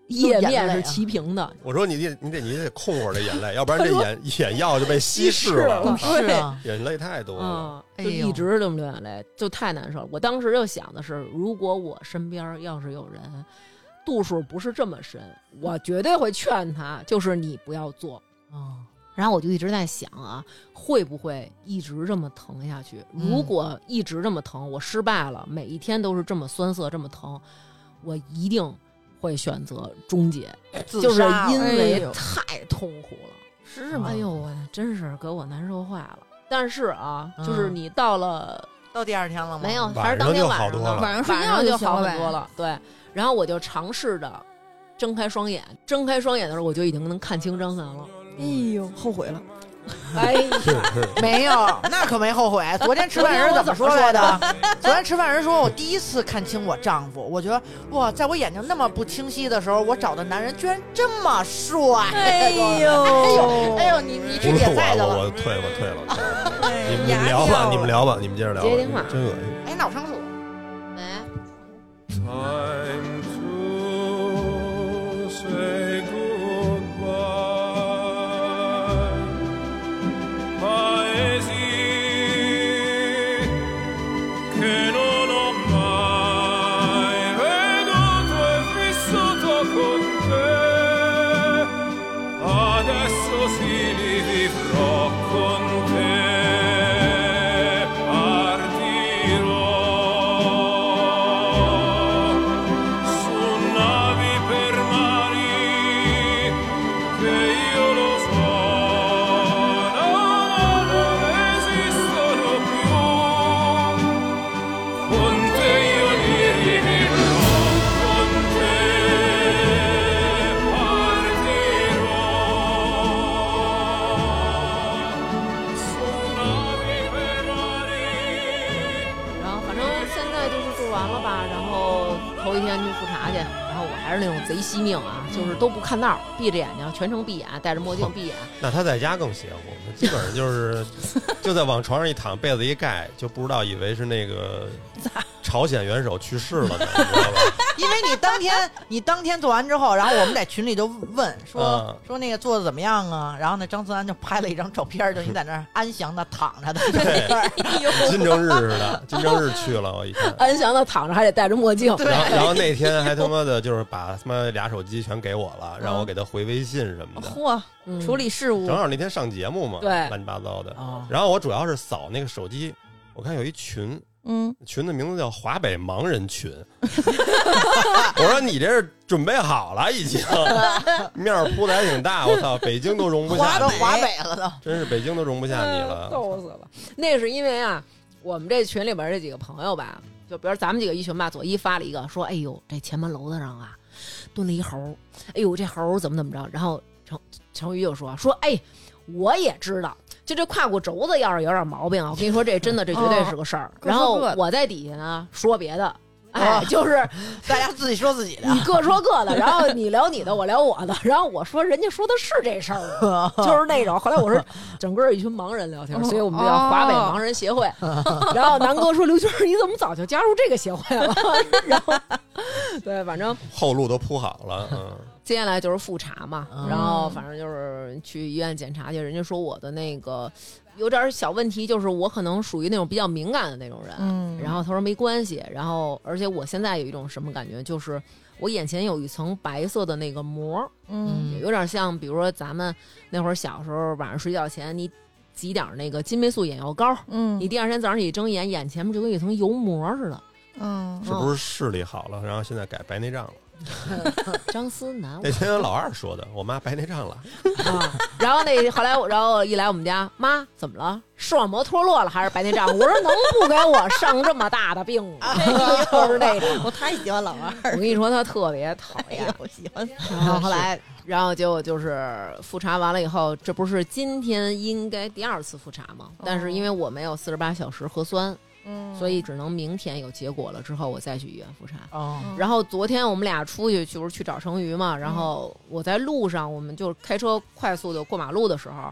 页面是齐平的。 我说你得你得你得控会儿这眼泪，要不然这眼眼药就被稀释了。 是啊， 眼泪太多了， 嗯，就一直这么流眼泪，就太难受了。我当时就想的是，如果我身边要是有人度数不是这么深，我绝对会劝他，就是你不要做。 哦， 然后我就一直在想啊，会不会一直这么疼下去？如果一直这么疼，我失败了，每一天都是这么酸涩，这么疼，我一定会选择终结，就是因为太痛苦了。 是吗？ 哎呦，我真是给我难受坏了。但是啊，嗯、就是你到了到第二天了吗？ 没有，还是当天晚上了。 晚上睡觉就好很多了。对，然后我就尝试着睁开双眼，睁开双眼的时候，我就已经能看清张涵了。 哎呦，后悔了。 哎呀， 没有，那可没后悔。昨天吃饭人怎么说来的？昨天吃饭人说我第一次看清我丈夫，我觉得哇，在我眼睛那么不清晰的时候，我找的男人居然这么帅。 哎呦， 哎呦，哎呦，你你去点菜去了？ 我退了，退了。你们你们聊吧，你们聊吧，你们接着聊吧。 接电话， 真恶心。 哎，那我上厕所。 那种贼惜命啊，就是都不看道，闭着眼睛，全程闭眼，戴着墨镜闭眼。 那他在家更邪乎，基本上就是就在往床上一躺，被子一盖，就不知道以为是那个朝鲜元首去世了呢，你知道吧？ 因为你当天你当天做完之后，然后我们在群里就问说、嗯、说那个做的怎么样啊？然后那张思安就拍了一张照片，就你在那儿安详的躺着的， 金正日似的，金正日去了，我一看安详的躺着，还得戴着墨镜。 然后然后那天还他妈的就是把他妈俩手机全给我了，让我给他回微信什么的。 嚯、嗯，处理事务。 正好那天上节目嘛， 对， 乱七八糟的。 哦、 然后我主要是扫那个手机，我看有一群。 嗯， 群的名字叫华北盲人群。我说你这是准备好了已经，面铺的还挺大，我操，北京都容不下你， 华北了都， 真是北京都容不下你了， 逗死了。那是因为啊，我们这群里边这几个朋友吧，就比如咱们几个一群吧，左一发了一个说，哎呦，这前门楼子上啊蹲了一猴，哎呦，这猴怎么怎么着，然后程程宇就说说，哎，我也知道。就这胯骨轴子要是有点毛病啊，我跟你说这真的这绝对是个事儿、哦。然后我在底下呢说别的，哎， 哦、 就是大家自己说自己的， 你各说各的，然后你聊你的，我聊我的，然后我说人家说的是这事儿，就是那种。后来我说整个一群盲人聊天，所以我们就叫华北盲人协会。哦、然后南哥说刘军你怎么早就加入这个协会了？然后对，反正后路都铺好了，嗯。 接下来就是复查嘛，然后反正就是去医院检查去，人家说我的那个有点小问题，就是我可能属于那种比较敏感的那种人，嗯，然后他说没关系，然后而且我现在有一种什么感觉，就是我眼前有一层白色的那个膜，嗯，有点像比如说咱们那会儿小时候晚上睡觉前你挤点那个金霉素眼药膏，嗯，你第二天早上你一睁眼，眼前面就跟一层油膜似的， 嗯， 是不是视力好了，然后现在改白内障了？ 张思南， 那天老二说的，我妈白内障了。 啊，然后那后来，然后一来我们家，妈怎么了？视网膜脱落了还是白内障？我说能不给我上这么大的病吗？就是那种， 我太喜欢老二。 我跟你说，他特别讨厌， 我喜欢。 然后后来，然后结果就是复查完了以后，这不是今天应该第二次复查吗？哦、但是因为我没有四十八小时核酸。嗯，所以只能明天有结果了之后我再去医院复查。 哦， 然后昨天我们俩出去就是去找成瑜嘛，然后我在路上我们就开车快速的过马路的时候，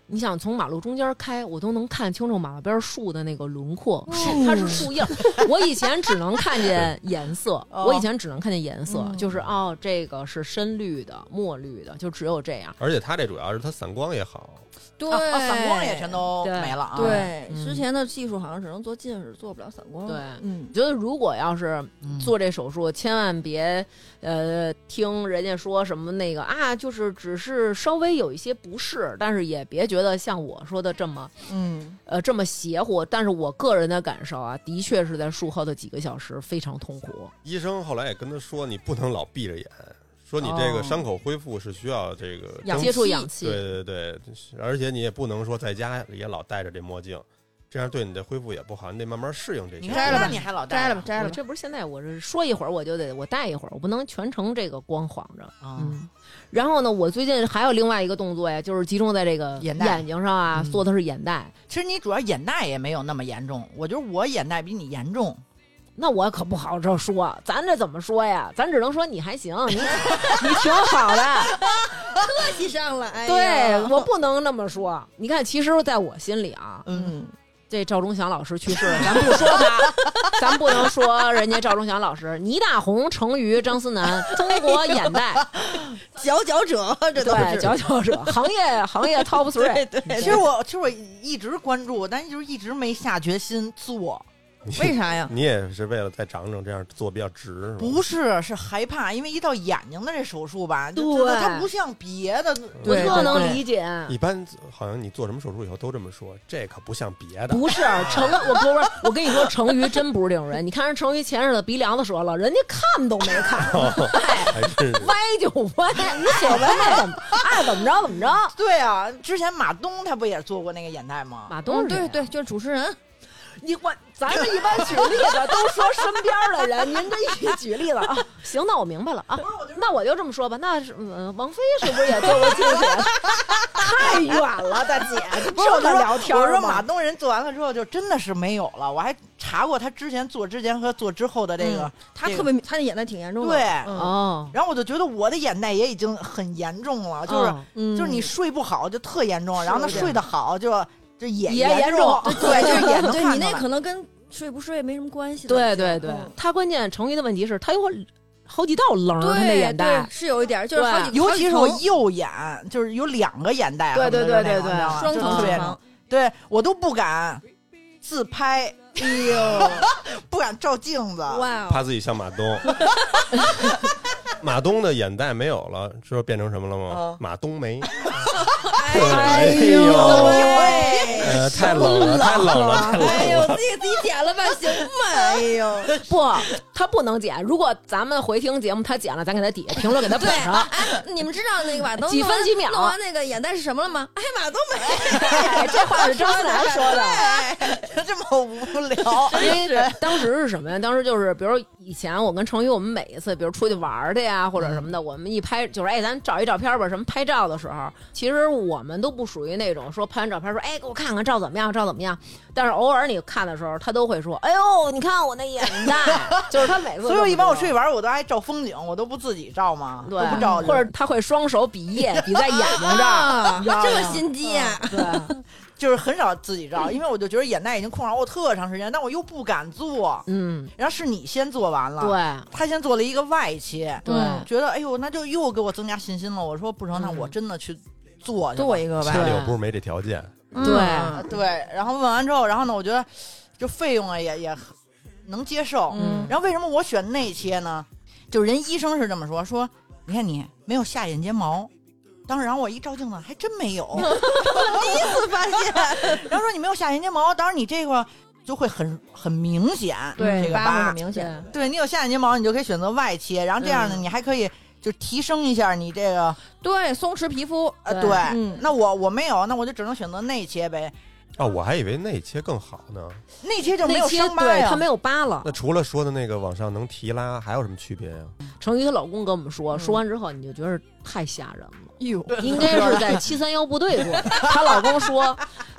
你想从马路中间开，我都能看清楚马路边树的那个轮廓，树它是树叶。我以前只能看见颜色，我以前只能看见颜色，就是哦，这个是深绿的、墨绿的，就只有这样。 而且它这主要是它散光也好。 对、 啊啊，散光也全都没了啊！ 对，嗯、之前的技术好像只能做近视，做不了散光。 对， 嗯， 我觉得如果要是做这手术，嗯、千万别呃听人家说什么那个啊，就是只是稍微有一些不适，但是也别觉得像我说的这么嗯呃这么邪乎。但是我个人的感受啊，的确是在术后的几个小时非常痛苦。 医生后来也跟他说，你不能老闭着眼。说你这个伤口恢复是需要这个接触氧气， 对对对，而且你也不能说在家也老戴着这墨镜，这样对你的恢复也不好，你得慢慢适应这些。 你摘了吧，你还老摘了吧，摘了吧。 这不是现在我是说一会儿我就得我戴一会儿，我不能全程这个光晃着。嗯，然后呢，我最近还有另外一个动作呀，就是集中在这个眼睛上啊，做的是眼袋。 其实你主要眼袋也没有那么严重，我觉得我眼袋比你严重。 那我可不好这说，咱这怎么说呀？咱只能说你还行，你你挺好的， 客气上了。哎、 对我不能那么说。你看，其实在我心里啊， 嗯， 这赵忠祥老师去世了，咱不说他，咱不能说人家赵忠祥老师，倪大红、成瑜、张思楠，中国眼袋佼佼者，这都是佼佼者，行业行业 top three。 对对对， 其实我其实我一直关注，但就是一直没下决心做。 为啥呀？ 你也是为了再长长，这样做比较直是吧？ 不是，是害怕，因为一到眼睛的这手术吧， 对， 它不像别的， 我特能理解。 一般好像你做什么手术以后都这么说，这可不像别的。 不是成，我不是，我跟你说，成瑜真不是这种人。你看人成瑜前日的鼻梁子折了，人家看都没看， 哦、 歪就歪，无所谓，怎么爱怎么着怎么着。 对啊，之前马东他不也做过那个眼袋吗？ 马东、 嗯、对对，就是主持人。 你我咱们一般举例子都说身边的人，您这一举例子啊，行，那我明白了啊，那我就这么说吧，那是嗯，王菲是不是也做过近视？太远了，大姐， 不是我这聊天。我说马东人做完了之后就真的是没有了，我还查过他之前做之前和做之后的这个， 嗯、他特别、这个、他的眼袋挺严重的， 对， 哦、 嗯，然后我就觉得我的眼袋也已经很严重了，就是、哦嗯、 就是你睡不好就特严重，然后他睡得好就。就也也严重，对，就是也能看出来。 对，你那可能跟睡不睡没什么关系的。 对对对，嗯、他关键成瑜的问题是，他有好几道棱，他那眼袋是有一点，就是好几， 尤其是我右眼，就是有两个眼袋， 对对对对对， 双层特别长，对我都不敢自拍，哎呦，不敢照镜子， 哇， 怕自己像马东。马东的眼袋没有了，知道变成什么了吗？嗯、马冬梅。 哎呦， 呃，太冷了，太冷了，太冷了！ 哎呦，自己自己剪了吧，行吗？哎呦， 不，他不能剪。如果咱们回听节目，他剪了，咱给他底下评论，给他补上。 哎，你们知道那个马冬几分几秒弄完那个眼袋是什么了吗？哎，马冬梅。 哎、这话是张思楠说的， 对这么无聊。 因为当时是什么呀？当时就是，比如以前我跟成瑜，我们每一次，比如出去玩去呀，或者什么的，我们一拍就是，哎，咱照一照片吧。什么拍照的时候，其实我们都不属于那种说拍完照片说，哎，给我看看照怎么样，照怎么样。但是偶尔你看的时候，他都会说，哎呦，你看我那眼袋，就是他每次。 所以一般我出去玩，我都爱照风景，我都不自己照嘛， 对， 都不照。 或者他会双手比耶，比在眼睛这儿， 啊、这么心机呀、 啊？对。 就是很少自己照，因为我就觉得眼袋已经困扰我特长时间，但我又不敢做。 嗯， 然后是你先做完了， 对， 他先做了一个外切， 对， 觉得哎呦，那就又给我增加信心了。我说不成，那我真的去做做一个吧。 家里又不是没这条件， 对、 嗯、对。然后问完之后，然后呢，我觉得就费用啊也也能接受。 嗯， 然后为什么我选内切呢？就是人医生是这么说，说你看你没有下眼睫毛。当时，然后我一照镜子，还真没有，第一次发现。然后说你没有下眼睫毛，当然你这个就会很很明显， 对， 这个疤很明显。 对你有下眼睫毛，你就可以选择外切，然后这样呢，嗯、你还可以就提升一下你这个对松弛皮肤。 呃，对，嗯、那我我没有，那我就只能选择内切呗。 哦，我还以为内切更好呢。 内切就没有伤疤呀，它没有疤了。 那除了说的那个往上能提拉，还有什么区别呀？ 成瑜她老公跟我们说，说完之后你就觉得太吓人了。 哟， 应该是在七三幺部队做的。她老公说，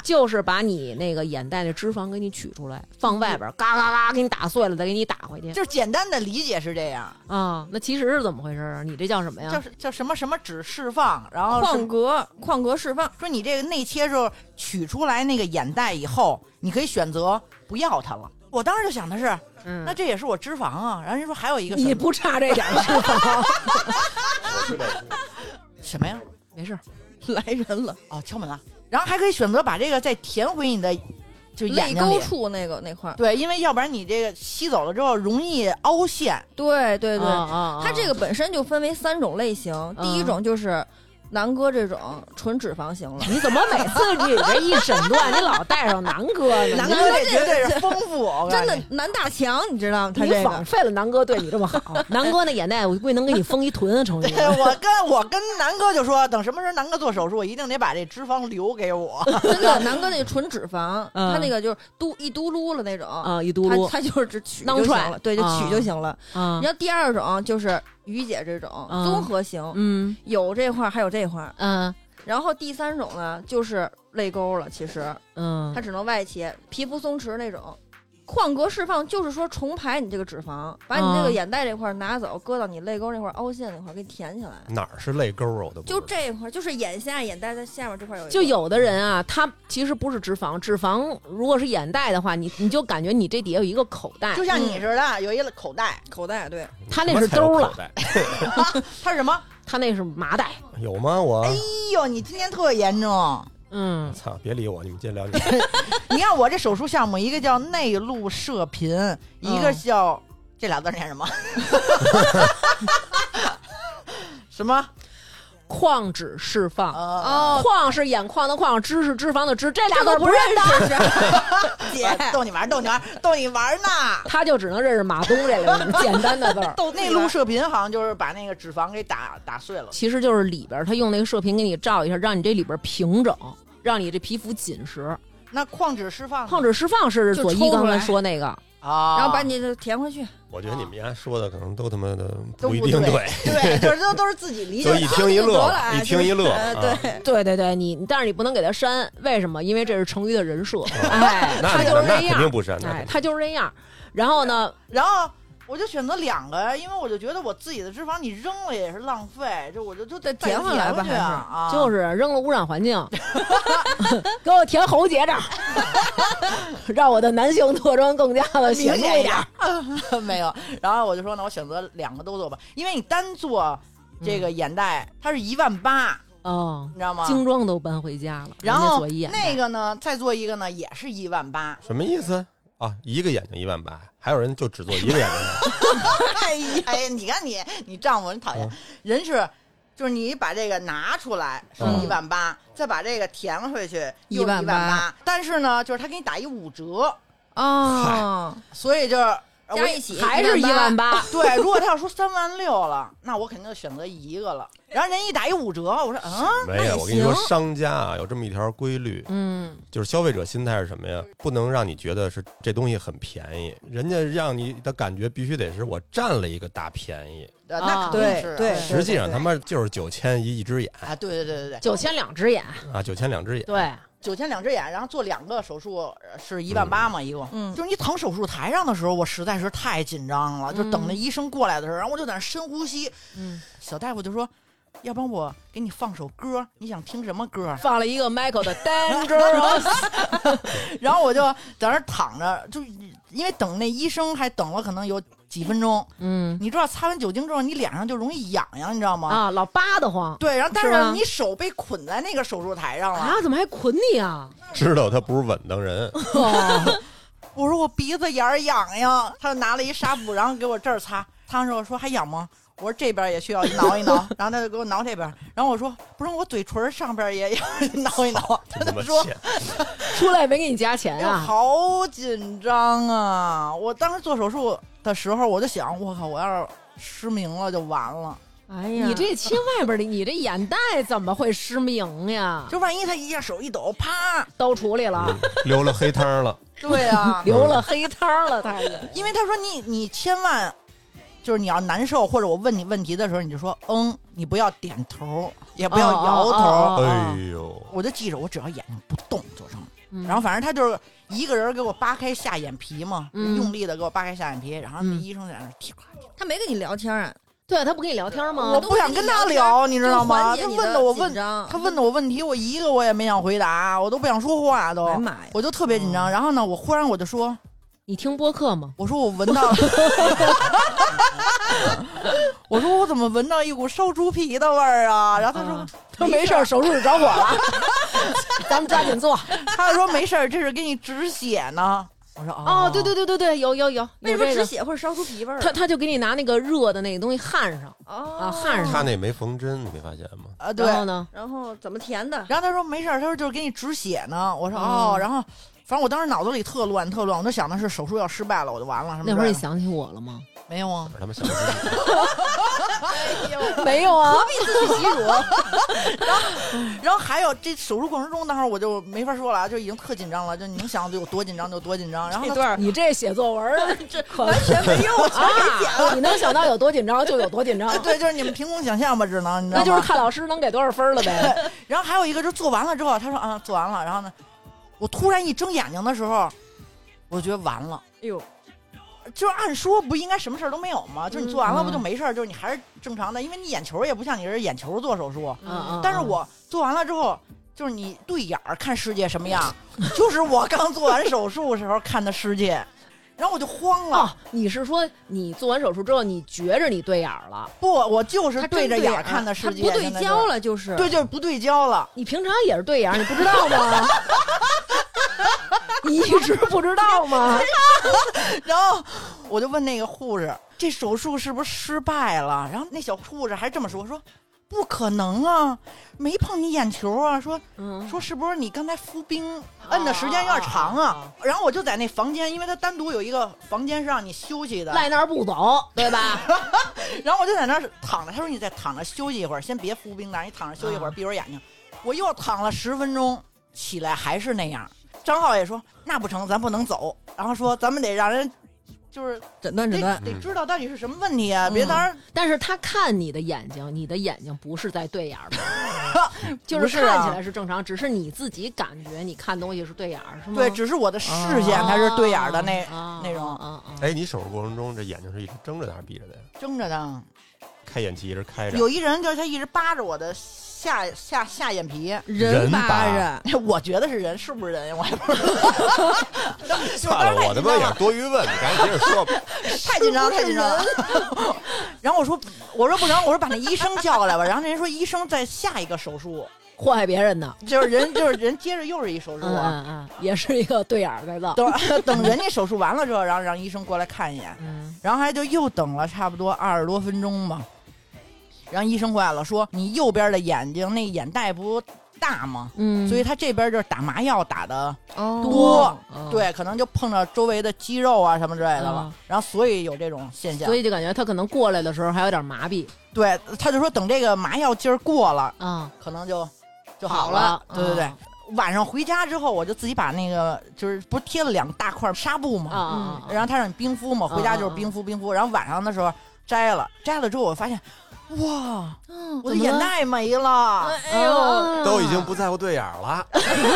就是把你那个眼袋的脂肪给你取出来，放外边，嘎嘎嘎给你打碎了，再给你打回去。 就是简单的理解是这样啊。那其实是怎么回事啊？你这叫什么呀？ 叫叫什么什么脂释放，然后眶隔眶隔释放。 说你这个内切时候取出来那个眼袋以后，你可以选择不要它了。我当时就想的是，嗯，那这也是我脂肪啊。然后人说还有一个， 你不差这点脂肪。 什么呀？ 没事， 来人了哦，敲门了。然后还可以选择把这个再填回你的就眼睛里泪沟处那个那块儿， 对，因为要不然你这个吸走了之后容易凹陷。 对对对， 啊啊、 它这个本身就分为三种类型，啊、第一种就是南哥这种纯脂肪型了。 你怎么每次你这一诊断你老带上南哥呢？ 南哥这绝对是丰富， 真的南大强，你知道吗？他你枉费了南哥对你这么好。南哥那眼袋我估计能给你封一臀，成绩。 我跟我跟南哥就说，等什么时候南哥做手术，我一定得把这脂肪留给我。 真的，南哥那纯脂肪，嗯、他那个就是嘟一嘟噜了那种啊，一嘟噜， 他他就是只取就行了，对，就取就行了。 啊， 你要第二种就是于姐这种综合型， 嗯， 有这块还有这块， 嗯。 然后第三种呢，就是泪沟了。其实， 嗯， 它只能外切，皮肤松弛那种。眶隔释放就是说重排你这个脂肪，把你这个眼袋这块拿走，搁到你泪沟那块凹陷那块给你填起来。 哪儿是泪沟啊？我都就这块，就是眼下眼袋在下面这块有一个。 就有的人啊，他其实不是脂肪，脂肪如果是眼袋的话，你你就感觉你这底下有一个口袋， 就像你似的，嗯、有一个口袋， 口袋对， 他那是兜了， 他是什么？ 他那是麻袋。 有吗？我哎呦，你今天特严重。 嗯， 操，别理我，你们接着聊。 你看我这手术项目，一个叫内路射频，嗯、一个叫、嗯、这俩字念什么？什么？ 眶脂释放。 哦， 眶是眼眶的眶，脂是脂肪的脂，这俩字不认识。姐，逗你玩，逗你玩，逗你玩呢。 他就只能认识马东这个简单的字儿。 内路射频好像就是把那个脂肪给打打碎了， 其实就是里边他用那个射频给你照一下，让你这里边平整，让你这皮肤紧实。 那眶脂释放， 眶脂释放是左一刚才说那个。 啊， 然后把你的填回去。 我觉得你们家说的可能都他妈的不一定对， 对，就是都都是自己理解的， 就一听一乐，一听一乐。 对对对对，你但是你不能给他删，为什么？因为这是成瑜的人设，哎，他就是这样， 肯定不删， 哎，他就是这样。然后呢， 然后我就选择两个，因为我就觉得我自己的脂肪你扔了也是浪费，就我就就得填回来吧，还是啊， 就是扔了污染环境，给我填喉结这儿，让我的男性特征更加的显露一点。 没有，然后我就说呢，我选择两个都做吧，因为你单做这个眼袋，嗯、它是一万八。 哦， 你知道吗？ 精装都搬回家了， 然后那个呢，再做一个呢，也是一万八。 什么意思啊？一个眼睛一万八，还有人就只做一个眼睛。 哎呀，哎呀，你看你，你丈夫很讨厌，嗯、人是，就是你把这个拿出来是一万八，嗯、再把这个填回去又一万八，但是呢，就是他给你打一五折啊， 所以就是加一起还是一万八。 对，如果他要说三万六了，那我肯定就选择一个了。然后人一打一五折，我说啊， 没有，我跟你说，商家啊有这么一条规律，嗯，就是消费者心态是什么呀？不能让你觉得是这东西很便宜，人家让你的感觉必须得是我占了一个大便宜。 啊、那肯定是、啊、 对， 实际上他妈就是九千一一只眼啊！对对对对对， 九千两只眼啊，九千两只眼， 对。 九千两只眼，然后做两个手术是一万八嘛，一共。嗯，就是你躺手术台上的时候，我实在是太紧张了，嗯、就等那医生过来的时候，然后我就在那深呼吸。嗯，小大夫就说，要不然我给你放首歌，你想听什么歌？ 放了一个 Michael 的 Dangerous， 然后我就在那躺着，就因为等那医生还等了可能有几分钟。嗯，你知道擦完酒精之后，你脸上就容易痒痒，你知道吗？ 啊，老扒得慌。 对，然后但是你手被捆在那个手术台上了。 啊，怎么还捆你啊？ 知道他不是稳当人。 哦、我说我鼻子眼儿痒痒，他就拿了一纱布，然后给我这儿擦。擦完之后说还痒吗？我说这边也需要挠一挠，然后他就给我挠这边，然后我说不是我嘴唇上边也要挠一挠，他就说出来没给你加钱啊， 好紧张啊！我当时做手术的时候我就想，我靠，我要是失明了就完了。 哎呀，你这切外边的，你这眼袋怎么会失明呀？ 就万一他一下手一抖，啪， 都处理了， 流了黑汤了。 对啊， 流了黑汤了，他因为他说你你千万。就是你要难受，或者我问你问题的时候，你就说嗯，你不要点头，也不要摇头。 哦哦哦哦哎呦， 我就记着，我只要眼睛不动就成。 嗯、然后反正他就是一个人给我扒开下眼皮嘛，嗯、用力的给我扒开下眼皮，然后那医生在那踢夸踢夸， 他没跟你聊天啊？ 对，他不跟你聊天吗？ 我不想跟他聊，你知道吗？他问的我问，他问的我问题，我一个我也没想回答，我都不想说话都， 哎、 我就特别紧张。嗯、然后呢，我忽然我就说。 你听播客吗？ 我说我闻到了，我说我怎么闻到一股烧猪皮的味儿啊？然后他说、啊、 他没事儿，手术室着火了，咱们抓紧做。 他说没事儿，这是给你止血呢。我说哦，对对对对对，有有有， 为什么止血或者烧猪皮味儿？ 他他就给你拿那个热的那个东西焊上， 哦、 啊焊上。 他那没缝针，你没发现吗？ 啊，对。 然后呢？ 然后怎么填的？ 然后他说没事儿，他说就是给你止血呢。我说哦，然后。反正我当时脑子里特乱特乱，我都想的是手术要失败了我就完了什么。 那会儿你想起我了吗？ 没有啊， 他们想没有啊， 何必自取其辱？ 然后，然后还有这手术过程中，当时我就没法说了，就已经特紧张了，就你能想到有多紧张就多紧张。然后这段你这写作文这完全没用啊！你能想到有多紧张就有多紧张。 对，就是你们凭空想象吧，只能你知道吗？ 那就是看老师能给多少分了呗。 然后还有一个就是做完了之后，他说啊做完了，然后呢。我突然一睁眼睛的时候，我觉得完了。 哎呦， 就是按说不应该什么事儿都没有吗？就是你做完了不就没事儿？嗯、就是你还是正常的，因为你眼球也不像你是眼球做手术。 嗯、 但是我做完了之后，就是你对眼儿看世界什么样，就是我刚做完手术的时候看的世界。然后我就慌了、 哦。你是说你做完手术之后，你觉着你对眼了？ 不，我就是对着眼看的世界， 不对焦了，就是对，就是不对焦了。 你平常也是对眼，你不知道吗？你一直不知道吗？ 然后我就问那个护士，这手术是不是失败了？然后那小护士还这么说，说不可能啊，没碰你眼球啊。说、嗯、说是不是你刚才敷冰摁的时间有点长啊？啊然后我就在那房间，因为他单独有一个房间是让你休息的， 赖那儿不走，对吧？ 然后我就在那儿躺着，他说你再躺着休息一会儿，先别敷冰的，你躺着休息一会儿，闭会儿眼睛。我又躺了十分钟，起来还是那样。张浩也说那不成，咱不能走，然后说咱们得让人就是诊断诊断， 得知道到底是什么问题啊，嗯、别当然。 但是他看你的眼睛，你的眼睛不是在对眼的，就是看起来是正常，只是你自己感觉你看东西是对眼是吗？ 对，只是我的视线才是对眼的那、 哦、 那种。 哦哦、 哎，你手术过程中这眼睛是一直睁着的还是闭着的呀？ 睁着的， 开眼器一直开着。 有一人就是他一直扒着我的下下下眼皮， 人扒着， 我觉得是人，是不是人？我也不知道。 算了，我他妈也多余问，你赶紧接着说吧。 太紧张，太紧张了。然后我说，我说不成，我说把那医生叫过来吧。然后人说医生在下一个手术， 祸害别人呢， 就是人就是人接着又是一手术， 嗯嗯，也是一个对眼在造。 等等人家手术完了之后，然后让医生过来看一眼，嗯、然后还就又等了差不多二十多分钟吧。然后医生过来了，说你右边的眼睛那眼袋不大吗？嗯，所以他这边就是打麻药打的多，哦、对，可能就碰到周围的肌肉啊什么之类的了，哦、然后所以有这种现象， 所以就感觉他可能过来的时候还有点麻痹。 对，他就说等这个麻药劲儿过了， 嗯， 可能就就好了。 了对对对。 哦晚上回家之后，我就自己把那个就是不是贴了两大块纱布嘛， 嗯， 然后他让你冰敷嘛，回家就是冰敷冰敷，然后晚上的时候摘了，摘了之后我发现，哇， 嗯、 我的眼袋没了， 哎呦， 都已经不在乎对眼了，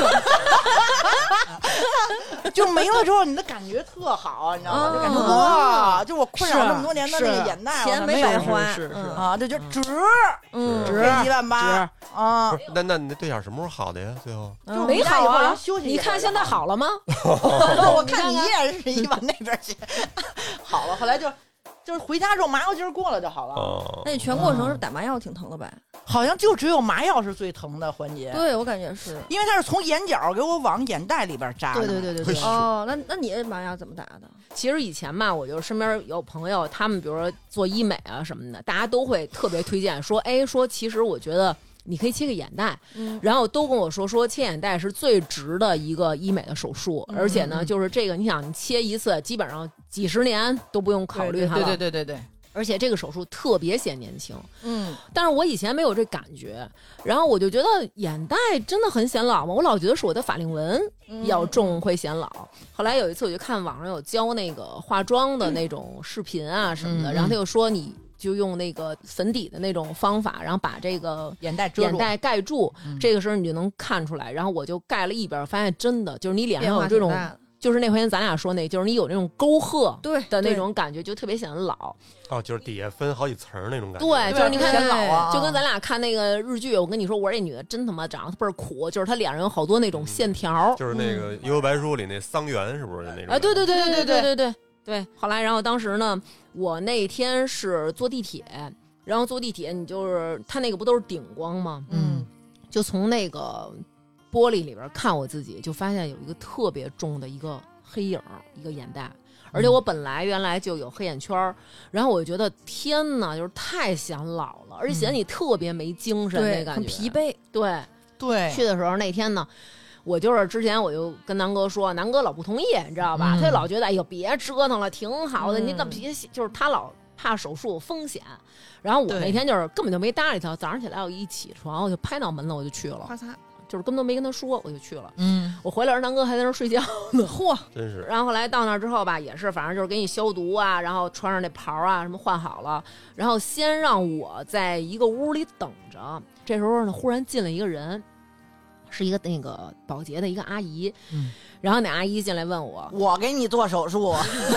就没了之后，你的感觉特好，你知道吗？就感觉哇，就我困扰这么多年的那个眼袋， 钱没白花， 是是啊，这就值， 嗯， 值一万八啊。 那那你那对眼什么时候好的呀？最后就没好啊， 休息。 你看现在好了吗？ 我看你依然是一往那边去，好了，后来就。就是回家之后麻药劲儿过了就好了。 哦， 那你全过程是打麻药挺疼的呗？ 好像就只有麻药是最疼的环节。 对，我感觉是， 因为它是从眼角给我往眼袋里边扎的。 对对对对对。 哦，那那你麻药怎么打的？ 其实以前嘛，我就身边有朋友，他们比如说做医美啊什么的，大家都会特别推荐说，哎，说其实我觉得。你可以切个眼袋，嗯，然后都跟我说说切眼袋是最值的一个医美的手术，嗯、而且呢，就是这个你想你切一次，基本上几十年都不用考虑它了， 对对对对对。 而且这个手术特别显年轻， 嗯， 但是我以前没有这感觉，然后我就觉得眼袋真的很显老嘛，我老觉得是我的法令纹比较重会显老。嗯、后来有一次我就看网上有教那个化妆的那种视频啊什么的，嗯、然后他就说你。 就用那个粉底的那种方法，然后把这个眼袋遮住， 眼袋盖住， 嗯、 这个时候你就能看出来。然后我就盖了一边，发现真的就是你脸上有这种，就是那回咱俩说那，就是你有那种沟壑的那种感觉，就特别显得老。 哦，就是底下分好几层那种感觉。 对，就是你看显老啊， 就跟咱俩看那个日剧，我跟你说，我说这女的真他妈长得倍儿苦，就是她脸上有好多那种线条， 嗯、就是那个《幽游白书》里那桑园，是不是那种？ 啊，对对对对对对对对对。后来，然后当时呢，我那天是坐地铁。然后坐地铁，你就是它那个不都是顶光吗？ 嗯， 就从那个玻璃里边看我自己，就发现有一个特别重的一个黑影，一个眼袋，而且我本来原来就有黑眼圈，然后我就觉得天哪，就是太显老了，而且显得你特别没精神，那感觉很疲惫。 对对， 去的时候那天呢。我就是之前我就跟南哥说，南哥老不同意，你知道吧？嗯、他就老觉得哎呦别折腾了，挺好的，嗯、你怎么别就是他老怕手术风险。然后我那天就是根本就没搭理他，早上起来我一起床我就拍脑门子我就去了，就是根本都没跟他说我就去了。 嗯， 我回来南哥还在那睡觉呢， 嚯， 真是。 然后后来到那之后吧，也是反正就是给你消毒啊，然后穿上那袍啊什么换好了，然后先让我在一个屋里等着。这时候呢，忽然进了一个人。是一个那个保洁的一个阿姨， 嗯， 然后那阿姨进来问我， 我给你做手术，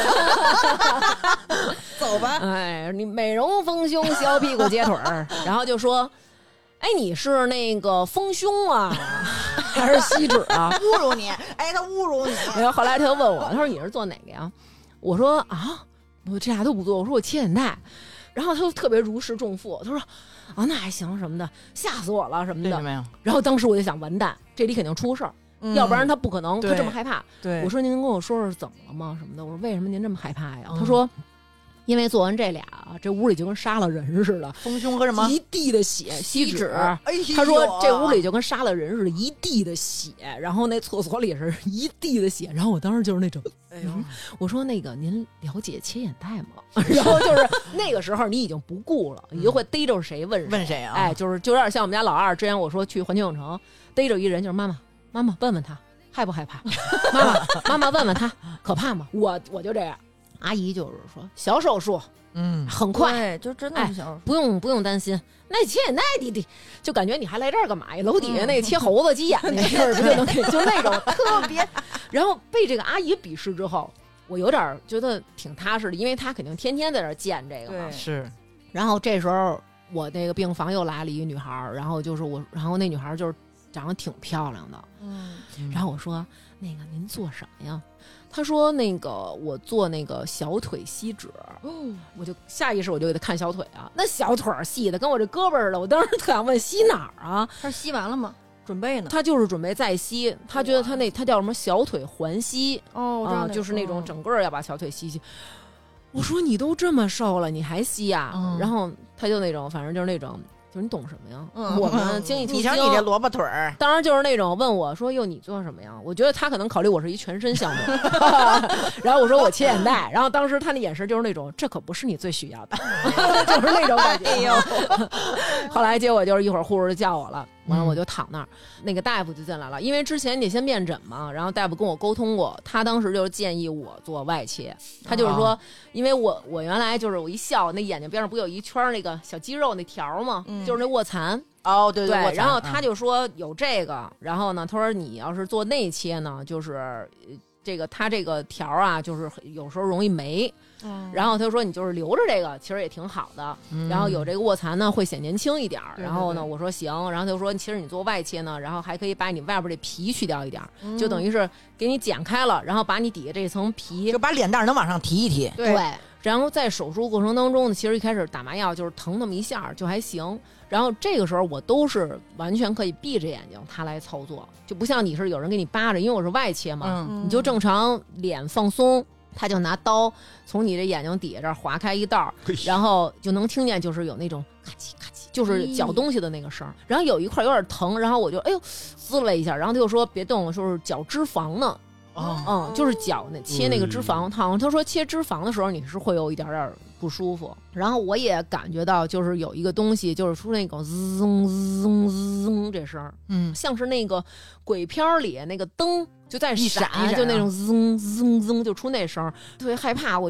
走吧， 哎，你美容丰胸，削屁股接腿儿，然后就说，哎，你是那个丰胸啊，还是吸脂啊？ 侮辱你，哎，他侮辱你。 然后后来他又问我，他说你是做哪个呀？我说啊，我这俩都不做，我说我切眼袋。然后他就特别如释重负，他说啊那还行什么的，吓死我了什么的。然后当时我就想完蛋，这里肯定出事儿，嗯、要不然他不可能他这么害怕。 对， 我说您能跟我说说怎么了吗？什么的？我说为什么您这么害怕呀？嗯、他说。因为做完这俩，这屋里就跟杀了人似的， 丰胸和什么一地的血，吸脂。 哎、 他说这屋里就跟杀了人似的，一地的血，然后那厕所里是一地的血。然后我当时就是那种，哎呦，我说那个您了解切眼袋吗？然后就是那个时候你已经不顾了，你就会逮着谁问谁问谁啊？ 哎，就是就有点像我们家老二，之前我说去环球影城，逮着一人就是妈妈，妈妈问问他害不害怕，妈妈妈妈问问他可怕吗？我我就这样。阿姨就是说小手术， 嗯， 很快， 对，就真的是小手术， 哎，不用不用担心。那切眼袋弟弟，就感觉你还来这儿干嘛呀？楼底下那个切猴子、鸡眼那事儿，不就能给？就那种特别。然后被这个阿姨鄙视之后，我有点觉得挺踏实的，因为她肯定天天在这儿见这个嘛。 是。 然后这时候我那个病房又来了一个女孩，然后就是我，然后那女孩就是长得挺漂亮的， 嗯。 然后我说：“那个您做什么呀？”他说那个我做那个小腿吸脂，哦，我就下意识我就给他看小腿啊，那小腿细的跟我这胳膊似的，我当时特想问吸哪儿啊？ 他是吸完了吗？准备呢？ 他就是准备再吸，他觉得他那他叫什么小腿环吸哦，啊、 呃，就是那种整个要把小腿吸吸。我说你都这么瘦了，你还吸啊？嗯、然后他就那种，反正就是那种。就是你懂什么呀？嗯、我们精益求精。 你瞧你这萝卜腿儿， 当然就是那种问我说：“哟，你做什么呀？”我觉得他可能考虑我是一全身项目，然后我说我切眼袋，然后当时他那眼神就是那种，这可不是你最需要的，就是那种感觉。哎呦！后来结果就是一会儿护士就叫我了，完了我就躺那儿，嗯、那个大夫就进来了，因为之前你得先面诊嘛，然后大夫跟我沟通过，他当时就是建议我做外切，他就是说，哦、因为我我原来就是我一笑，那眼睛边上不有一圈那个小肌肉那条吗？嗯、就是那卧蚕。 哦，对对, 对， 然后他就说有这个，嗯、然后呢，他说你要是做内切呢，就是这个他这个条啊，就是有时候容易没。嗯、然后他说你就是留着这个其实也挺好的，嗯、然后有这个卧蚕呢会显年轻一点，嗯、然后呢我说行，然后他就说其实你做外切呢，然后还可以把你外边这皮去掉一点，嗯、就等于是给你剪开了，然后把你底下这层皮就把脸蛋能往上提一提。 对，对，然后在手术过程当中呢，其实一开始打麻药就是疼那么一下就还行，然后这个时候我都是完全可以闭着眼睛他来操作，就不像你是有人给你扒着，因为我是外切嘛，嗯、你就正常脸放松，他就拿刀从你这眼睛底下这儿划开一道，然后就能听见就是有那种咔叽咔叽，就是搅东西的那个声。然后有一块有点疼，然后我就哎呦滋了一下，然后他就说别动，说是搅脂肪呢。哦，嗯，就是搅那切那个脂肪，他好像他说切脂肪的时候你是会有一点点不舒服，然后我也感觉到就是有一个东西就是出那种滋滋滋滋这声，嗯，像是那个鬼片里那个灯就在闪， 一闪就那种滋滋滋就出那声，特别害怕，我就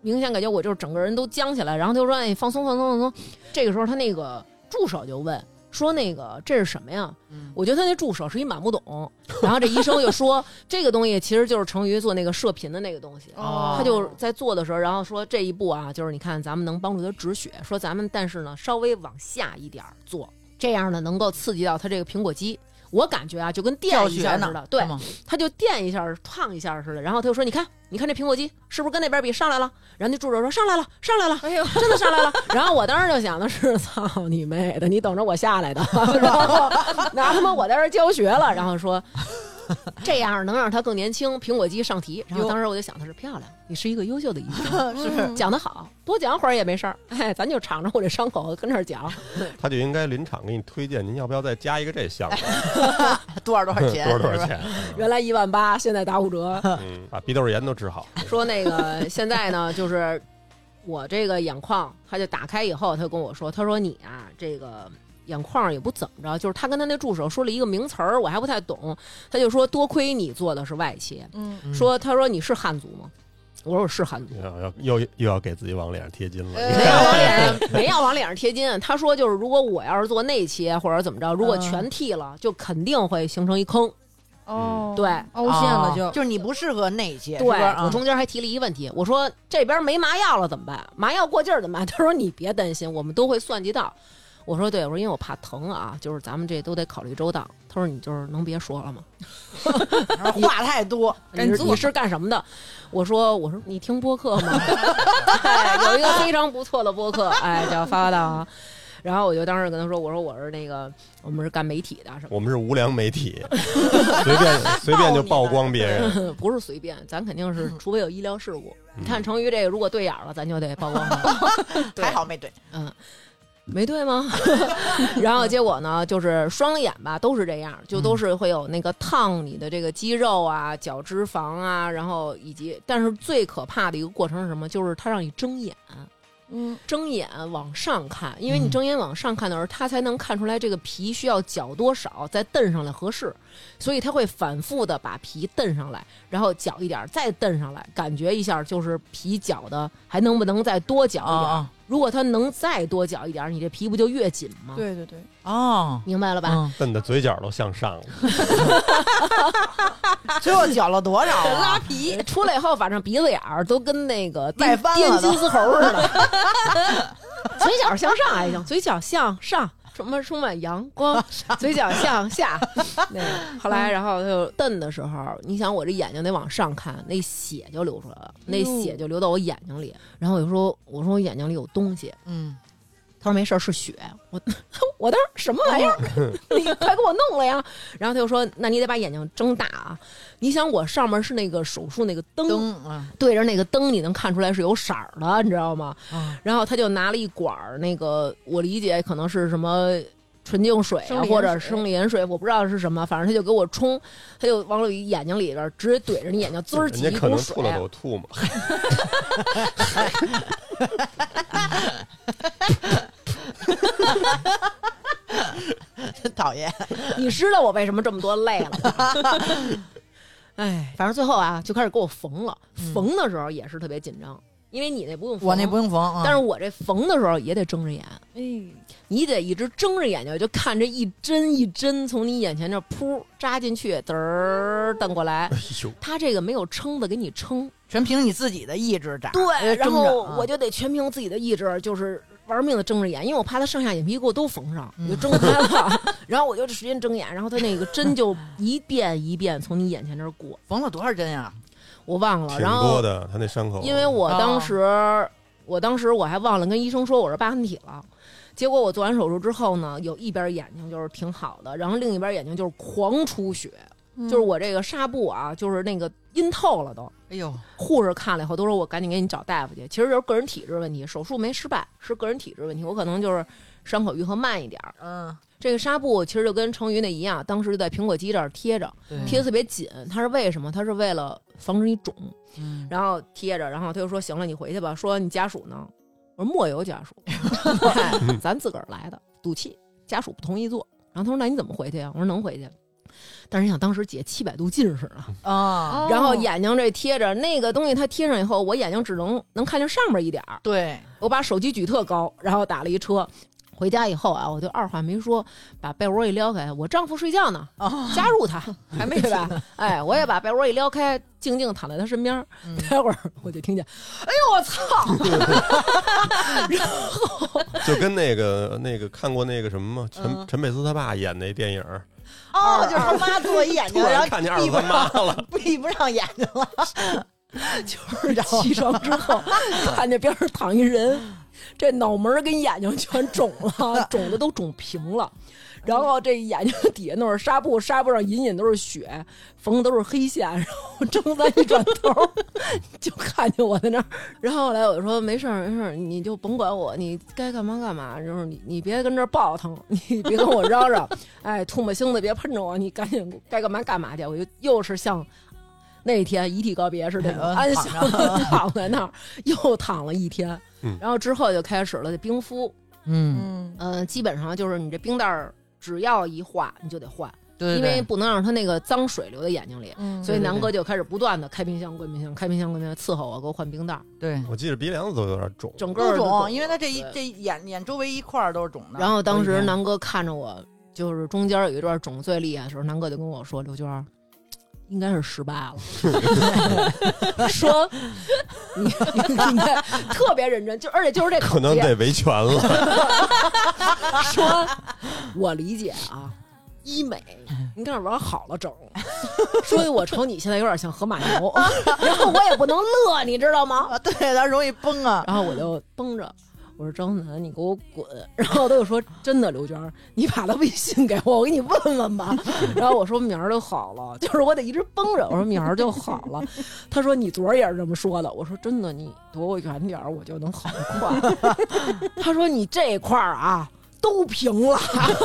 明显感觉我就是整个人都僵起来，然后他就说哎放松放松放松。这个时候他那个助手就问说那个这是什么呀、嗯、我觉得他那助手是一满不懂，然后这医生就说这个东西其实就是成瑜做那个射频的那个东西、哦、他就在做的时候然后说这一步啊就是你看咱们能帮助他止血，说咱们但是呢稍微往下一点做，这样呢能够刺激到他这个苹果肌，我感觉啊就跟电一下似的，对，他就电一下烫一下似的，然后他就说你看你看这苹果肌是不是跟那边比上来了，然后那助手说上来了上来了，哎呦真的上来了然后我当时就想的是操你妹的，你等着我下来的然后拿他妈我在这教学了，然后说这样能让他更年轻，苹果肌上提，然后当时我就想的是漂亮，你是一个优秀的医生是讲得好，多讲会儿也没事儿，哎，咱就敞着我这伤口跟这儿讲他就应该临场给你推荐您要不要再加一个这项目多少多少钱多少多少钱原来一万八现在打五折嗯，把鼻窦炎都治好说那个现在呢就是我这个眼眶他就打开以后他就跟我说，他说你啊这个眼眶也不怎么着，就是他跟他那助手说了一个名词儿我还不太懂，他就说多亏你做的是外切，嗯，说他说你是汉族吗，我说我是汉族， 要又又要给自己往脸上贴金了、 呃、没要往脸上没要往脸上贴金，他说就是如果我要是做内切或者怎么着，如果全剃了、嗯、就肯定会形成一坑哦， 对， 凹陷了就、 哦、就是你不适合内切， 对、嗯、我中间还提了一个问题，我说这边没麻药了怎么办，麻药过劲儿怎么办，他说你别担心，我们都会算计到，我说对，我说因为我怕疼啊，就是咱们这都得考虑周到。他说你就是能别说了吗？ 话太多， 你是你是干什么的？我说我说你听播客吗？哎，有一个非常不错的播客，哎，叫发发大王。然后我就当时跟他说，我说我是那个我们是干媒体的什么， 我们是无良媒体，随便随便就曝光别人， 不是随便，咱肯定是除非有医疗事故。嗯、你看成瑜这个如果对眼了，咱就得曝光他。 还好没对， 嗯。没对吗然后结果呢就是双眼吧都是这样，就都是会有那个烫你的这个肌肉啊角脂肪啊，然后以及但是最可怕的一个过程是什么，就是它让你睁眼，嗯，睁眼往上看，因为你睁眼往上看的时候，它才能看出来这个皮需要绞多少再蹬上来合适，所以它会反复的把皮蹬上来，然后绞一点再蹬上来，感觉一下就是皮绞的还能不能再多绞一点、哦、如果它能再多绞一点，你这皮不就越紧吗？ 对对对， 哦， 明白了吧？ 蹬、嗯、的嘴角都向上了最后绞了多少、啊、 拉皮出来以后反正鼻子眼儿都跟那个颠颠金丝猴似的嘴角向上还行，嘴角向上什么充满阳光，嘴角向下那个后来然后他就蹬的时候，你想我这眼睛得往上看，那血就流出来了，那血就流到我眼睛里，然后我就说我说我眼睛里有东西，嗯，他说没事是血，我我当时什么玩意儿、哦、你快给我弄了呀，然后他就说那你得把眼睛睁大啊，你想我上面是那个手术那个灯、啊、对着那个灯你能看出来是有色儿的，你知道吗、嗯、然后他就拿了一管那个我理解可能是什么纯净水啊或者生理盐水，我不知道是什么，反正他就给我冲，他就往里眼睛里边直接怼着你眼睛滋儿挤一股水， 人家可能吐了都吐嘛真讨厌， 你知道我为什么这么多累了吗哎，反正最后啊就开始给我缝了、嗯、缝的时候也是特别紧张，因为你那不用缝， 我那不用缝、嗯、 但是我这缝的时候也得睁着眼，哎，你得一直睁着眼睛就看这一针一针从你眼前这噗扎进去，嘚儿蹬过来、哎、他这个没有撑的给你撑， 全凭你自己的意志扎， 对，然后我就得全凭自己的意志，就是玩命的睁着眼，因为我怕他上下眼皮给我都缝上，我就睁开了、嗯、然后我就使劲睁眼，然后他那个针就一遍一遍从你眼前这过， 缝了多少针呀我忘了， 然后挺多的他那伤口， 因为我当时、哦、我当时我还忘了跟医生说我是疤痕体了，结果我做完手术之后呢，有一边眼睛就是挺好的，然后另一边眼睛就是狂出血、嗯、就是我这个纱布啊就是那个阴透了都， 哎呦， 护士看了以后都说我赶紧给你找大夫去，其实就是个人体质问题，手术没失败，是个人体质问题，我可能就是伤口愈合慢一点，嗯，这个纱布其实就跟成瑜那一样，当时就在苹果肌这儿贴着，贴得特别紧，它是为什么？它是为了防止你肿，嗯，然后贴着，然后他就说行了，你回去吧，说你家属呢？我说莫有家属咱自个儿来的，赌气，家属不同意做，然后他说那你怎么回去呀？我说能回去。 但是你想当时姐七百度近视呢啊， 然后眼睛这贴着那个东西，它贴上以后，我眼睛只能能看见上面一点儿。 对， 我把手机举特高，然后打了一车。回家以后啊，我就二话没说，把被窝一撩开，我丈夫睡觉呢，哦、加入他，还没对吧？哎，我也把被窝一撩开，静静躺在他身边。嗯、待会儿我就听见，哎呦我操！然后就跟那个那个看过那个什么吗？陈、嗯、陈佩斯他爸演那电影。 哦，就是他妈做一眼睛，然后看见二他妈了， 闭不上眼睛了。 就是起床之后，看见边上躺一人。这脑门跟眼睛全肿了，肿的都肿平了，然后这眼睛底下弄是纱布，纱布上隐隐都是血，缝的都是黑线，然后正在一转头就看见我在那儿，然后后来我就说没事没事，你就甭管我，你该干嘛干嘛，就是你你别跟这儿抱腾，你别跟我嚷嚷，哎，唾沫星子别喷着我，你赶紧该干嘛干嘛去。我就又是像那天遗体告别似的，安详的躺在那儿，又躺了一天。然后之后就开始了这冰敷，嗯嗯、呃，基本上就是你这冰袋只要一化你就得换，对对，因为不能让它那个脏水流在眼睛里，嗯、所以南哥就开始不断的开冰箱关冰箱，开冰箱关冰箱，伺候我给我换冰袋。 对， 我记得鼻梁子都有点肿， 整个肿，因为它这一这眼眼周围一块都是肿的。 然后当时南哥看着我，就是中间有一段肿最厉害的时候，南哥就跟我说：“刘娟。”应该是失败了，说你你应该特别认真，就而且就是这可能得维权了。 说，我理解啊，医美应该是往好了整，所以我瞅你现在有点像河马牛，然后我也不能乐，你知道吗？ 对，他容易崩啊。 然后我就绷着。我说张楠，你给我滚！然后他就说真的，刘娟，你把他微信给我，我给你问问吧。然后我说明儿就好了，就是我得一直绷着。我说明儿就好了。他说你昨儿也是这么说的。我说真的，你躲我远点我就能好得快。他说你这块儿啊都平了，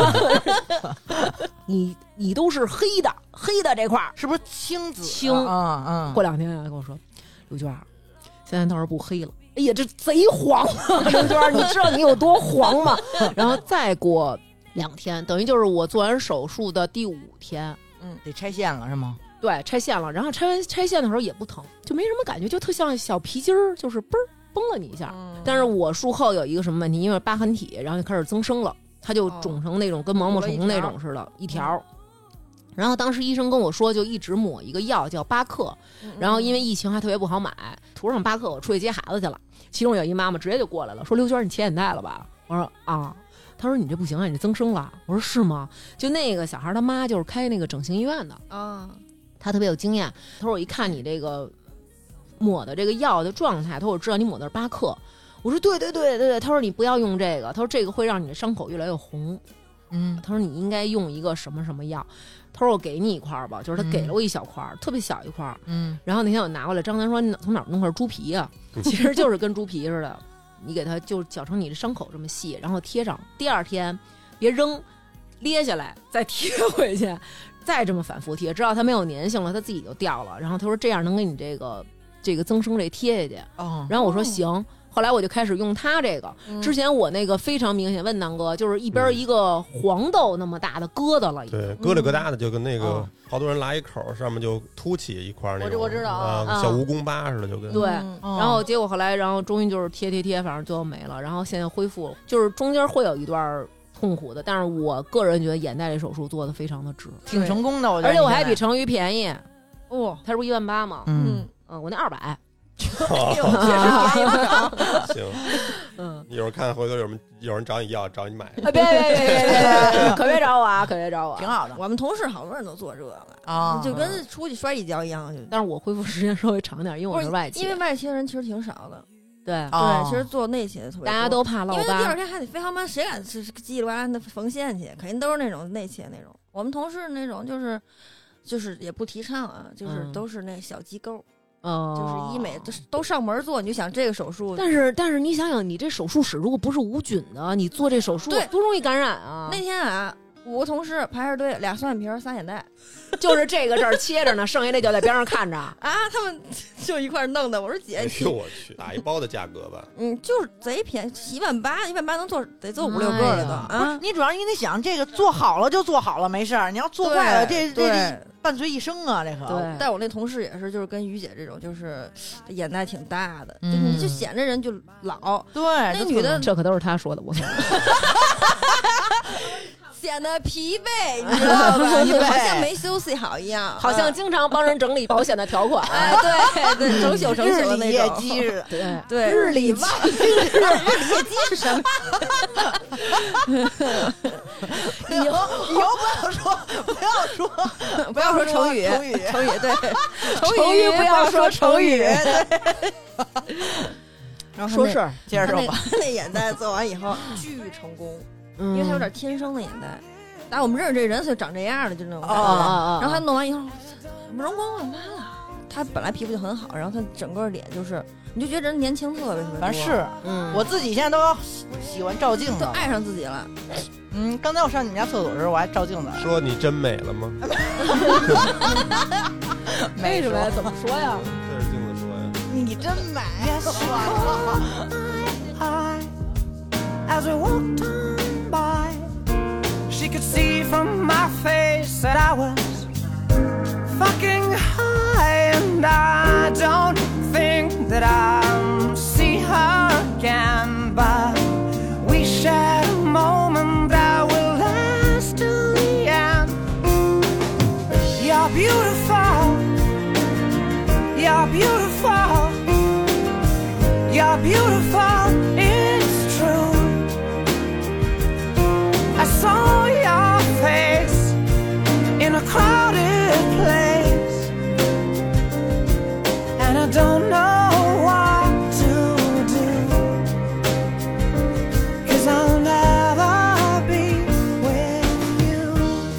你你都是黑的，黑的这块儿是不是青紫？ 青啊啊！ 过两天跟我说，刘娟，现在倒是不黑了。哎呀，这贼黄啊！刘娟，你知道你有多黄吗？然后再过两天，等于就是我做完手术的第五天， 嗯，得拆线了是吗？ 对，拆线了。然后拆完拆线的时候也不疼，就没什么感觉，就特像小皮筋儿，就是嘣儿崩了你一下。嗯、但是我术后有一个什么问题，因为疤痕体，然后就开始增生了，它就肿成那种跟毛毛虫那种似的，一条。然后当时医生跟我说，就一直抹一个药叫巴克，然后因为疫情还特别不好买，涂上巴克我出去接孩子去了。其中有一妈妈直接就过来了，说刘娟你切眼袋了吧？我说啊，她说你这不行啊，你这增生了。我说是吗？就那个小孩他妈就是开那个整形医院的啊，他特别有经验。他说我一看你这个抹的这个药的状态，他说我知道你抹的是巴克。我说对对对对对，他说你不要用这个，他说这个会让你的伤口越来越红。嗯，他说你应该用一个什么什么药。他说我给你一块吧，就是他给了我一小块、嗯、特别小一块。嗯，然后那天我拿过来，张楠说你从哪弄块猪皮啊？其实就是跟猪皮似的，你给它就绞成你的伤口这么细，然后贴上。第二天别扔，裂下来再贴回去，再这么反复贴，直到它没有粘性了，它自己就掉了。然后他说这样能给你这个这个增生这贴下去。哦，然后我说行。后来我就开始用它这个，之前我那个非常明显，问南哥就是一边一个黄豆那么大的疙瘩了， 对，疙瘩疙瘩的，就跟那个好多人拉一口，上面就凸起一块那种， 我知道啊，小蜈蚣疤似的，就跟对。然后结果后来，然后终于就是贴贴贴，反正最后没了，然后现在恢复了，就是中间会有一段痛苦的，但是我个人觉得眼袋这手术做的非常的值， 挺成功的，我觉得， 而且我还比成瑜便宜，哦，他是不是一万八吗？ 嗯嗯，我那二百。 行，嗯，一会儿看回头有人有人找你要，找你买。 别别别别别，可别找我啊，可别找我， 挺好的。 我们同事好多人都做这个啊，就跟出去摔一跤一样。 但是我恢复时间稍微长点，因为我是外切， 因为外切人其实挺少的。 对对，其实做内切的特别多， 大家都怕落疤， 因为第二天还得飞航班，谁敢是叽里呱啦的缝线去？肯定都是那种内切那种。我们同事那种就是就是也不提倡啊，就是都是那小机构。哦，就是医美都都上门做，你就想这个手术， 但是但是你想想，你这手术室如果不是无菌的，你做这手术多容易感染啊！ 那天啊， 五个同事排着队，俩双眼皮儿，仨眼袋， 就是这个这儿切着呢，剩下那就在边上看着啊。他们就一块弄的。我说姐， 哎呦我去，打一包的价格吧？ 嗯，就是贼便宜，一万八，一万八能做得做五六个了都、哎、 啊。你主要你得想，这个做好了就做好了，没事儿。你要做坏了，这这伴随一生啊，这个。 对。但我那同事也是，就是跟于姐这种，就是眼袋挺大的，嗯、就你就显着人就老。 对， 那女的这可都是他说的，我。 显得疲惫，你知道吧？你好像没休息好一样， 好像经常帮人整理保险的条款。 哎，对对，整宿整宿的那种。 业绩是， 对对， 日理万日理业绩是什么？ 以后以后不要说，不要说， 不要说成语， 成语， 成语，对， 成语不要说成语。 然后说事儿， 接着说吧。 那眼袋做完以后巨成功。因为他有点天生的眼袋，打我们认识这人所以长这样的就那种感觉。 哦哦哦、 然后他弄完以后，容光焕发了。他本来皮肤就很好，然后他整个脸就是，你就觉得人年轻特别特别多。 反正是，嗯，我自己现在都喜欢照镜子， 都爱上自己了。 嗯，刚才我上你们家厕所的时候，我还照镜子。 说你真美了吗？ 为什么呀？怎么说呀？ 对着镜子说呀。 你真美。As we walked on by, she could see from my face that I was fucking high, and I don't think that I'll see her again, but we shared a moment that will last till the end. You're beautiful, you're beautiful, you're beautiful.It's true. I saw your face in a crowded place, and I don't know what to do, 'cause I'll never be with you.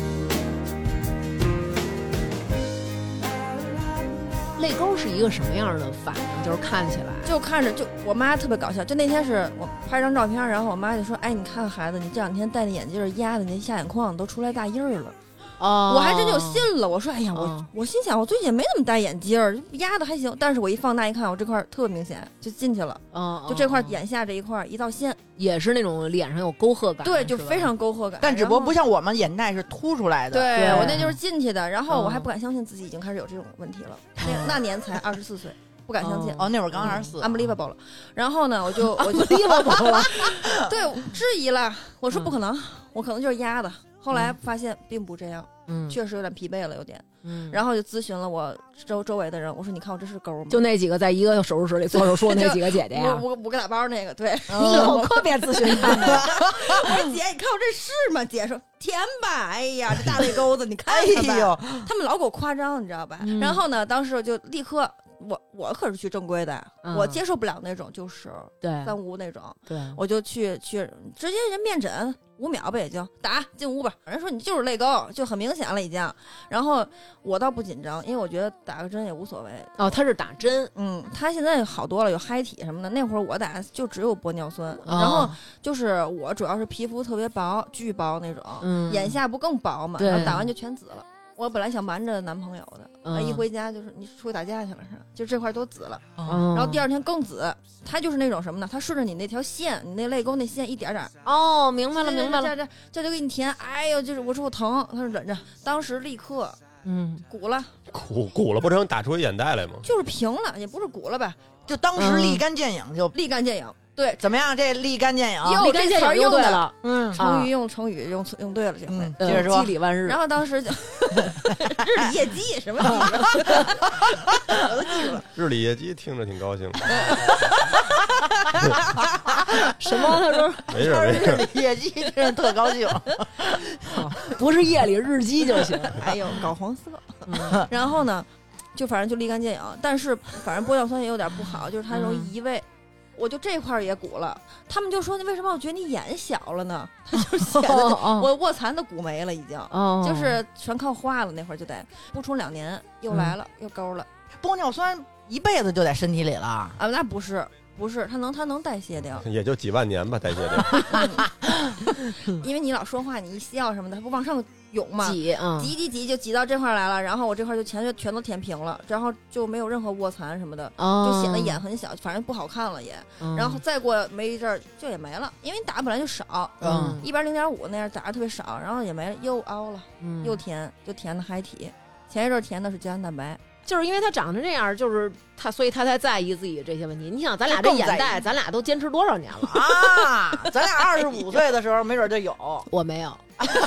泪沟是一个什么样的反应？就是看起来， 就看着就我妈特别搞笑。就那天是我拍张照片，然后我妈就说：“哎，你看孩子，你这两天戴的眼镜压的那下眼眶都出来大印儿了。”哦，我还真就信了。我说：“哎呀，我、哦、我心想，我最近没怎么戴眼镜，压的还行。但是我一放大一看，我这块特别明显，就进去了。哦，就这块眼下这一块一道线， 也是那种脸上有沟壑感。 对，就非常沟壑感。 但只不过不像我们眼袋是凸出来的。 对, 对我那就是进去的。然后我还不敢相信自己已经开始有这种问题了。嗯、那那年才二十四岁。”不敢相信哦，那会儿刚二十四 ，unbelievable 了。然后呢，我就我就 unbelievable 了， 对，质疑了。我说不可能，嗯、我可能就是压的。后来发现并不这样，嗯，确实有点疲惫了，有点。嗯，然后就咨询了我周周围的人，我说你看我这是沟吗？ 就那几个在一个手术室里做手术那几个姐姐呀， 五五个打包那个，对， 你以后可别咨询他们。 我说姐，你看我这是吗？姐说填吧，哎呀，这大泪沟子，你看看吧。哎呦，他们老给我夸张，你知道吧？嗯、然后呢，当时我就立刻。我我可是去正规的，嗯、我接受不了那种就是对三无那种， 对， 我就去去直接人面诊五秒吧，也就打进屋吧。人说你就是泪沟，就很明显了已经。然后我倒不紧张，因为我觉得打个针也无所谓。 哦，他是打针， 嗯，他现在好多了，有嗨体什么的。那会儿我打就只有玻尿酸，哦、然后就是我主要是皮肤特别薄，巨薄那种，嗯、眼下不更薄嘛，然后打完就全紫了。我本来想瞒着男朋友的，嗯、一回家就是你出去打架去了是吧？就这块都紫了，嗯、然后第二天更紫。他就是那种什么呢？他顺着你那条线，你那泪沟那线一点点。 哦，明白了，明白了。 这这这就给你填。哎呦，就是我说我疼，他说忍着。当时立刻，嗯，鼓了， 鼓鼓了不成打出眼袋来吗？ 就是平了，也不是鼓了呗， 就当时立竿见影，就立竿见影。对， 怎么样？这立竿见影， 立竿见影用对了， 嗯，成语用成语用用对了，这回、 嗯、接着说， 积礼万日。 然后当时就日理业绩什么我都记住了。 日理业绩听着挺高兴的。 什么？他说没事没事， 日理业绩听着特高兴。 不是夜里日记就行。 哎呦，搞黄色。嗯、然后呢，就反正就立竿见影，但是反正玻尿酸也有点不好，就是它容易移位。嗯我就这块也鼓了，他们就说你为什么我觉得你眼小了呢？他就显得我卧蚕的鼓没了，已经，哦、就是全靠化了。那会儿就得不出两年又来了，嗯、又沟了。 玻尿酸一辈子就在身体里了啊？ 那不是， 不是，它能它能代谢掉， 也就几万年吧，代谢掉。 嗯、因为你老说话，你一笑什么的，它不往上涌嘛， 挤啊， 挤挤挤就挤到这块来了，然后我这块就全就全都填平了，然后就没有任何卧蚕什么的， 哦、 就显得眼很小，反正不好看了也。嗯、然后再过没一阵儿就也没了，因为你打本来就少， 嗯， 一边零点五那样打的特别少，然后也没了，又凹了，嗯、又填，就填的孩体。前一阵填的是胶原蛋白。 就是因为他长成这样，就是他，所以他才在意自己这些问题。你想，咱俩这眼袋，咱俩都坚持多少年了啊？咱俩二十五岁的时候，没准就有， 我没有，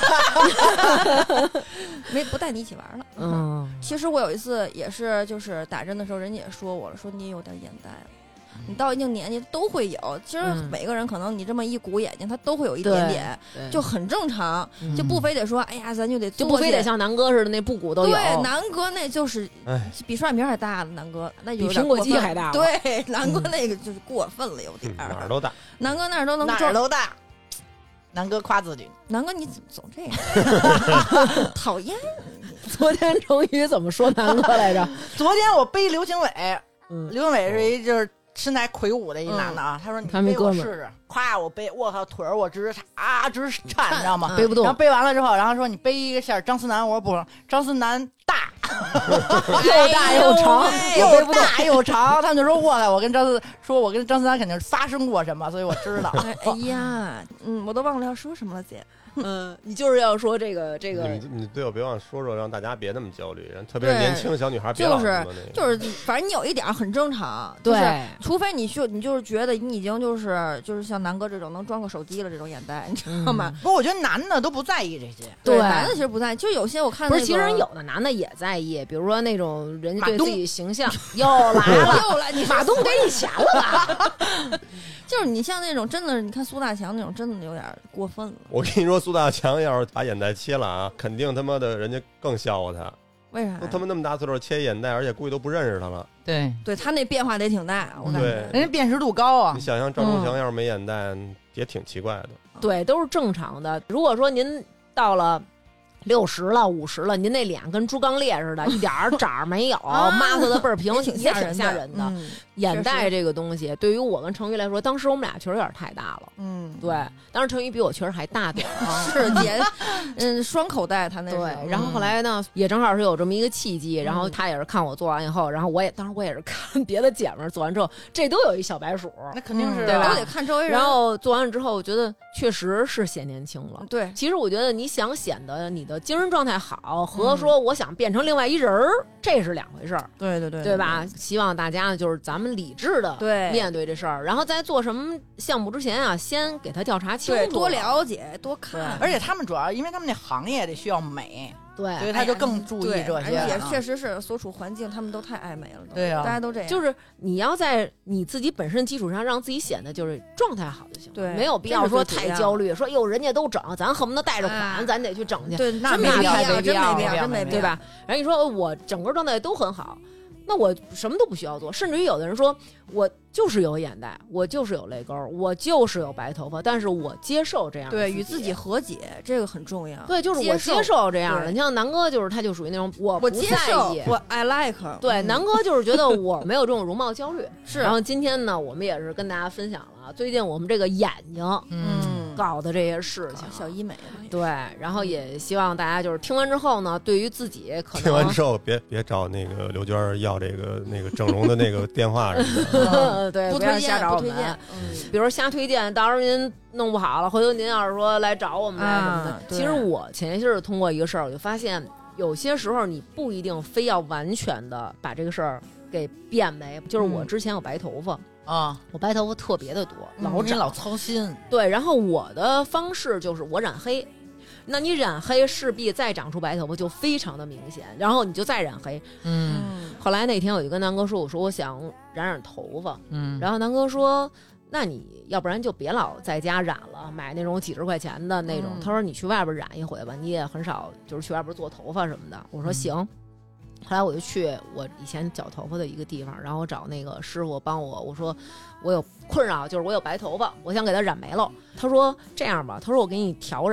没不带你一起玩了。嗯，其实我有一次也是，就是打针的时候，人家也说我了，说你也有点眼袋了。你到一定年纪都会有，其实每个人可能你这么一鼓眼睛，他都会有一点点，就很正常，嗯、就不非得说，哎呀，咱就得就不非得像南哥似的那不鼓都有。 对，南哥那就是比双眼皮还大的，南哥那就比苹果肌还大。 对，南哥那个就是过分了，有点、 嗯、哪儿都大， 南哥哪儿都能哪儿都大。南哥夸自己， 南哥你怎么总这样？讨厌！ 昨天成宇怎么说南哥来着？ 昨天我背刘青伟，嗯，刘青伟是一就是。身材魁梧的一男的啊，嗯、他说你背我试试，夸我背，我靠腿儿我直啊直颤，你知道吗？ 背不动。 然后背完了之后，然后说你背一个线张思楠，我说不，张思楠大， 又大又长， 哎、又大又长。他们就说我靠，我跟张思说，我跟张思楠肯定发生过什么，所以我知道。 哎呀，嗯，我都忘了要说什么了，姐。 嗯，你就是要说这个这个， 你你对我别忘说说，让大家别那么焦虑，特别是年轻的小女孩别老就是那个、 就是，反正你有一点很正常， 对， 就是、除非你就你就是觉得你已经就是就是像南哥这种能装个手机了这种眼袋，你知道吗？ 嗯、不过我觉得男的都不在意这些， 对，男的其实不在意，就有些我看、那个、 不是，其实有的男的也在意，比如说那种人家对自己形象又来了， 又来，你马东给你钱了吧？ 就是你像那种真的，你看苏大强那种，真的有点过分了。 我跟你说，苏大强要是把眼袋切了啊，肯定他妈的人家更笑话他。 为啥？ 都他妈那么大岁数切眼袋，而且估计都不认识他了。 对， 对他那变化得挺大，我感觉。 人家辨识度高啊。 你想想赵忠祥要是没眼袋，嗯、也挺奇怪的。 对，都是正常的。如果说您到了六十了、五十了，您那脸跟猪刚鬣似的，一点儿褶没有，抹子的倍儿平，也挺吓人的。吓人的。嗯、眼袋这个东西，对于我跟程昱来说，当时我们俩确实有点太大了。嗯，对，当时程昱比我确实还大点啊。 是姐，嗯，双口袋他那是。 对，然后后来呢，也正好是有这么一个契机，然后他也是看我做完以后，然后我也当时我也是看别的姐们做完之后，这都有一小白鼠， 那肯定是、 嗯、 对吧？都得看周围人。 然后做完了之后，我觉得确实是显年轻了。 对， 其实我觉得你想显得你的精神状态好，和说我想变成另外一人儿，嗯、这是两回事儿。 对对对， 对吧？希望大家呢，就是咱们理智的对面对这事儿，然后在做什么项目之前啊，先给他调查清楚， 多了解，多看。 而且他们主要，因为他们那行业得需要美。 对， 所以他就更注意这些， 而且确实是所处环境，他们都太爱美了。 对啊， 大家都这样。 就是你要在你自己本身基础上，让自己显得就是状态好就行。 对， 没有必要说太焦虑，说哟人家都整，咱恨不得带着款， 哎、 咱得去整去。 对， 那没必要， 真没必要， 真没必要， 对吧？然后你说我整个状态都很好。那我什么都不需要做，甚至于有的人说我就是有眼袋，我就是有泪沟，我就是有白头发，但是我接受这样的， 对，与自己和解，这个很重要。 对，就是我接受这样的。你像南哥，就是他就属于那种我不在意， 我接受，我 I like。 对，南哥就是觉得我没有这种容貌焦虑。 是。 然后今天呢，我们也是跟大家分享了最近我们这个眼睛，嗯，搞的这些事情， 小医美。 对，然后也希望大家就是听完之后呢，对于自己可能听完之后别别找那个刘娟要这个那个整容的那个电话什么的， 对， 不推荐， 不推荐。 嗯，比如瞎推荐，到时候您弄不好了，回头您要是说来找我们来什么的。 啊、 其实我前些日子通过一个事儿，我就发现有些时候你不一定非要完全的把这个事儿给变没。就是我之前有白头发。 啊、嗯， 我白头发特别的多， 老长老操心。 对，然后我的方式就是我染黑，那你染黑势必再长出白头发就非常的明显，然后你就再染黑。 嗯， 后来那天我就跟南哥说，我说我想染染头发， 嗯， 然后南哥说，那你要不然就别老在家染了，买那种几十块钱的那种。嗯、他说你去外边染一回吧，你也很少就是去外边做头发什么的。我说行。嗯，后来我就去我以前绞头发的一个地方，然后找那个师傅帮我，我说我有困扰，就是我有白头发，我想给它染没了。他说这样吧，他说我给你调染，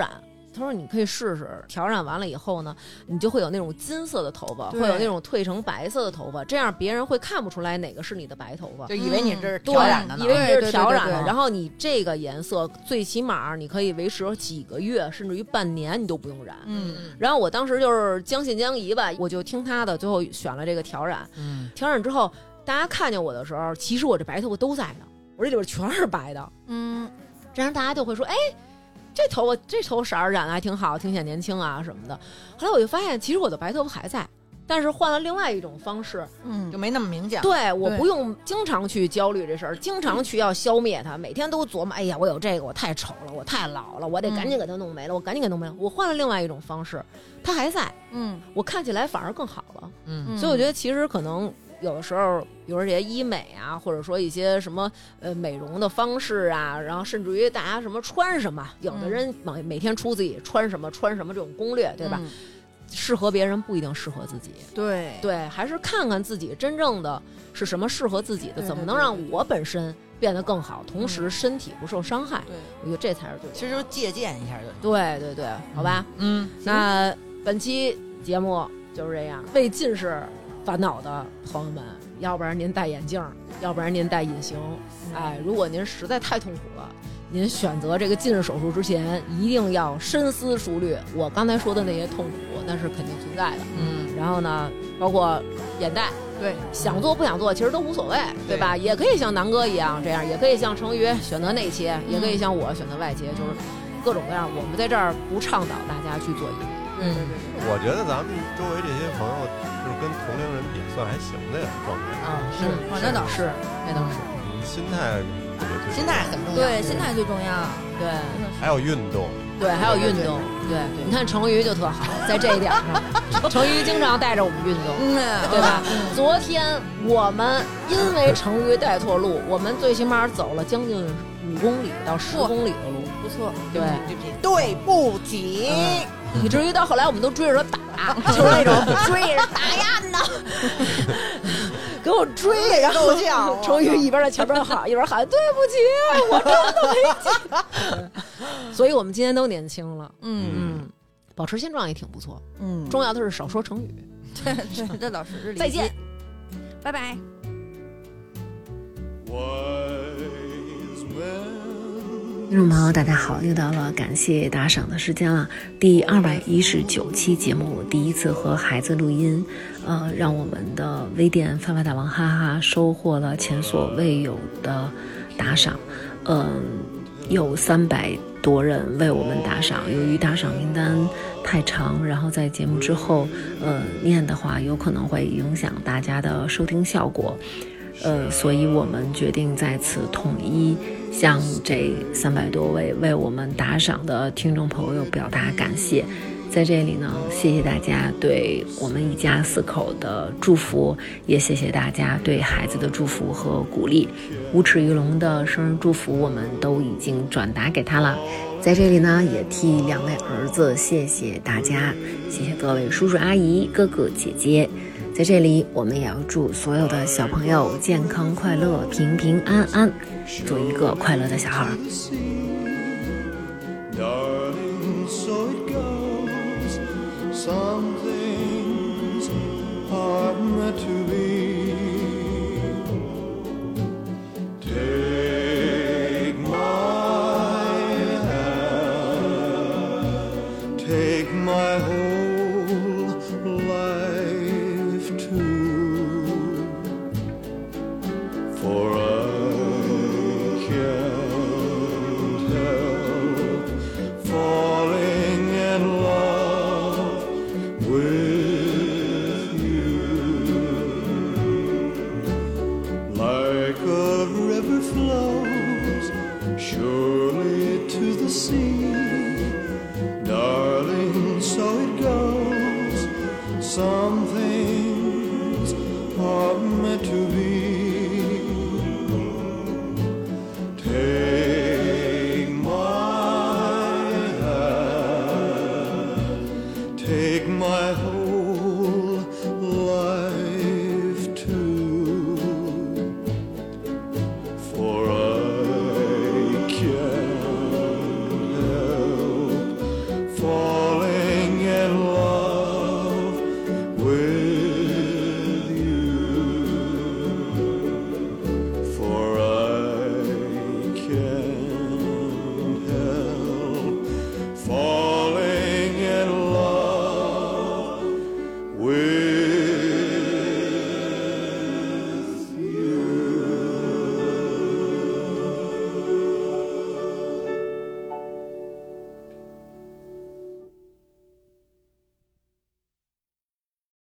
他说你可以试试，调染完了以后呢，你就会有那种金色的头发，会有那种褪成白色的头发，这样别人会看不出来哪个是你的白头发， 就以为你这是调染的呢， 以为你这是调染的。然后你这个颜色最起码你可以维持几个月，甚至于半年你都不用染。 嗯， 然后我当时就是将信将疑吧，我就听他的，最后选了这个调染。嗯，调染之后，大家看见我的时候，其实我这白头发都在呢，我这里边全是白的。嗯，这样大家就会说，哎。这头发这头色染的还挺好，挺显年轻啊什么的。后来我就发现，其实我的白头发还在，但是换了另外一种方式， 嗯，就没那么明显。 对，我不用经常去焦虑这事儿，经常去要消灭它，每天都琢磨，哎呀，我有这个，我太丑了，我太老了，我得赶紧给它弄没了，嗯、我赶紧给它弄没了。我换了另外一种方式，它还在，嗯，我看起来反而更好了，嗯，所以我觉得其实可能。有的时候，比如说这些医美啊，或者说一些什么呃美容的方式啊，然后甚至于大家什么穿什么，有的人每每天出自己穿什么穿什么这种攻略，对吧？嗯、适合别人不一定适合自己。 对对，还是看看自己真正的是什么适合自己的，怎么能让我本身变得更好，同时身体不受伤害。对，我觉得这才是最。 其实就借鉴一下就。 对对对，好吧。嗯，那本期节目就是这样，为近视烦恼的朋友们，要不然您戴眼镜，要不然您戴隐形。哎，如果您实在太痛苦了，您选择这个近视手术之前，一定要深思熟虑。我刚才说的那些痛苦，那是肯定存在的。嗯，然后呢，包括眼袋， 对， 想做不想做其实都无所谓，对吧？也可以像南哥一样这样，也可以像成宇选择内切，嗯、也可以像我选择外切，就是各种各样。我们在这儿不倡导大家去做医美。 嗯，我觉得咱们周围这些朋友，就是跟同龄人比算还行的状态。 啊，是，那倒是，那倒是。 嗯，心态， 心态很重要。 对，心态最重要。 对， 还有运动。 对，还有运动。对，你看成瑜就特好，在这一点上，成瑜经常带着我们运动，对吧？昨天我们因为成瑜带错路，我们最起码走了将近五公里到十公里的路。 不错， 对， 对不起。 以至于到后来我们都追着他打，就是那种追着打呀呢，给我追，然后成宇一边在前边喊一边喊对不起，我真的没劲。所以我们今天都年轻了，嗯嗯，保持现状也挺不错，嗯，重要的是少说成语。 对对，这老师再见， 拜拜。 听众朋友大家好，又到了感谢打赏的时间了。第二百一十九期节目，第一次和孩子录音，呃，让我们的微店发发大王哈哈收获了前所未有的打赏，嗯、呃，有三百多人为我们打赏。由于打赏名单太长，然后在节目之后，呃，念的话有可能会影响大家的收听效果，呃，所以我们决定在此统一向这三百多位为我们打赏的听众朋友表达感谢。在这里呢，谢谢大家对我们一家四口的祝福，也谢谢大家对孩子的祝福和鼓励。无齿鱼龙的生日祝福我们都已经转达给他了，在这里呢，也替两位儿子谢谢大家，谢谢各位叔叔阿姨、哥哥姐姐。在这里，我们也要祝所有的小朋友健康快乐、平平安安，做一个快乐的小孩。 Some things are meant to be.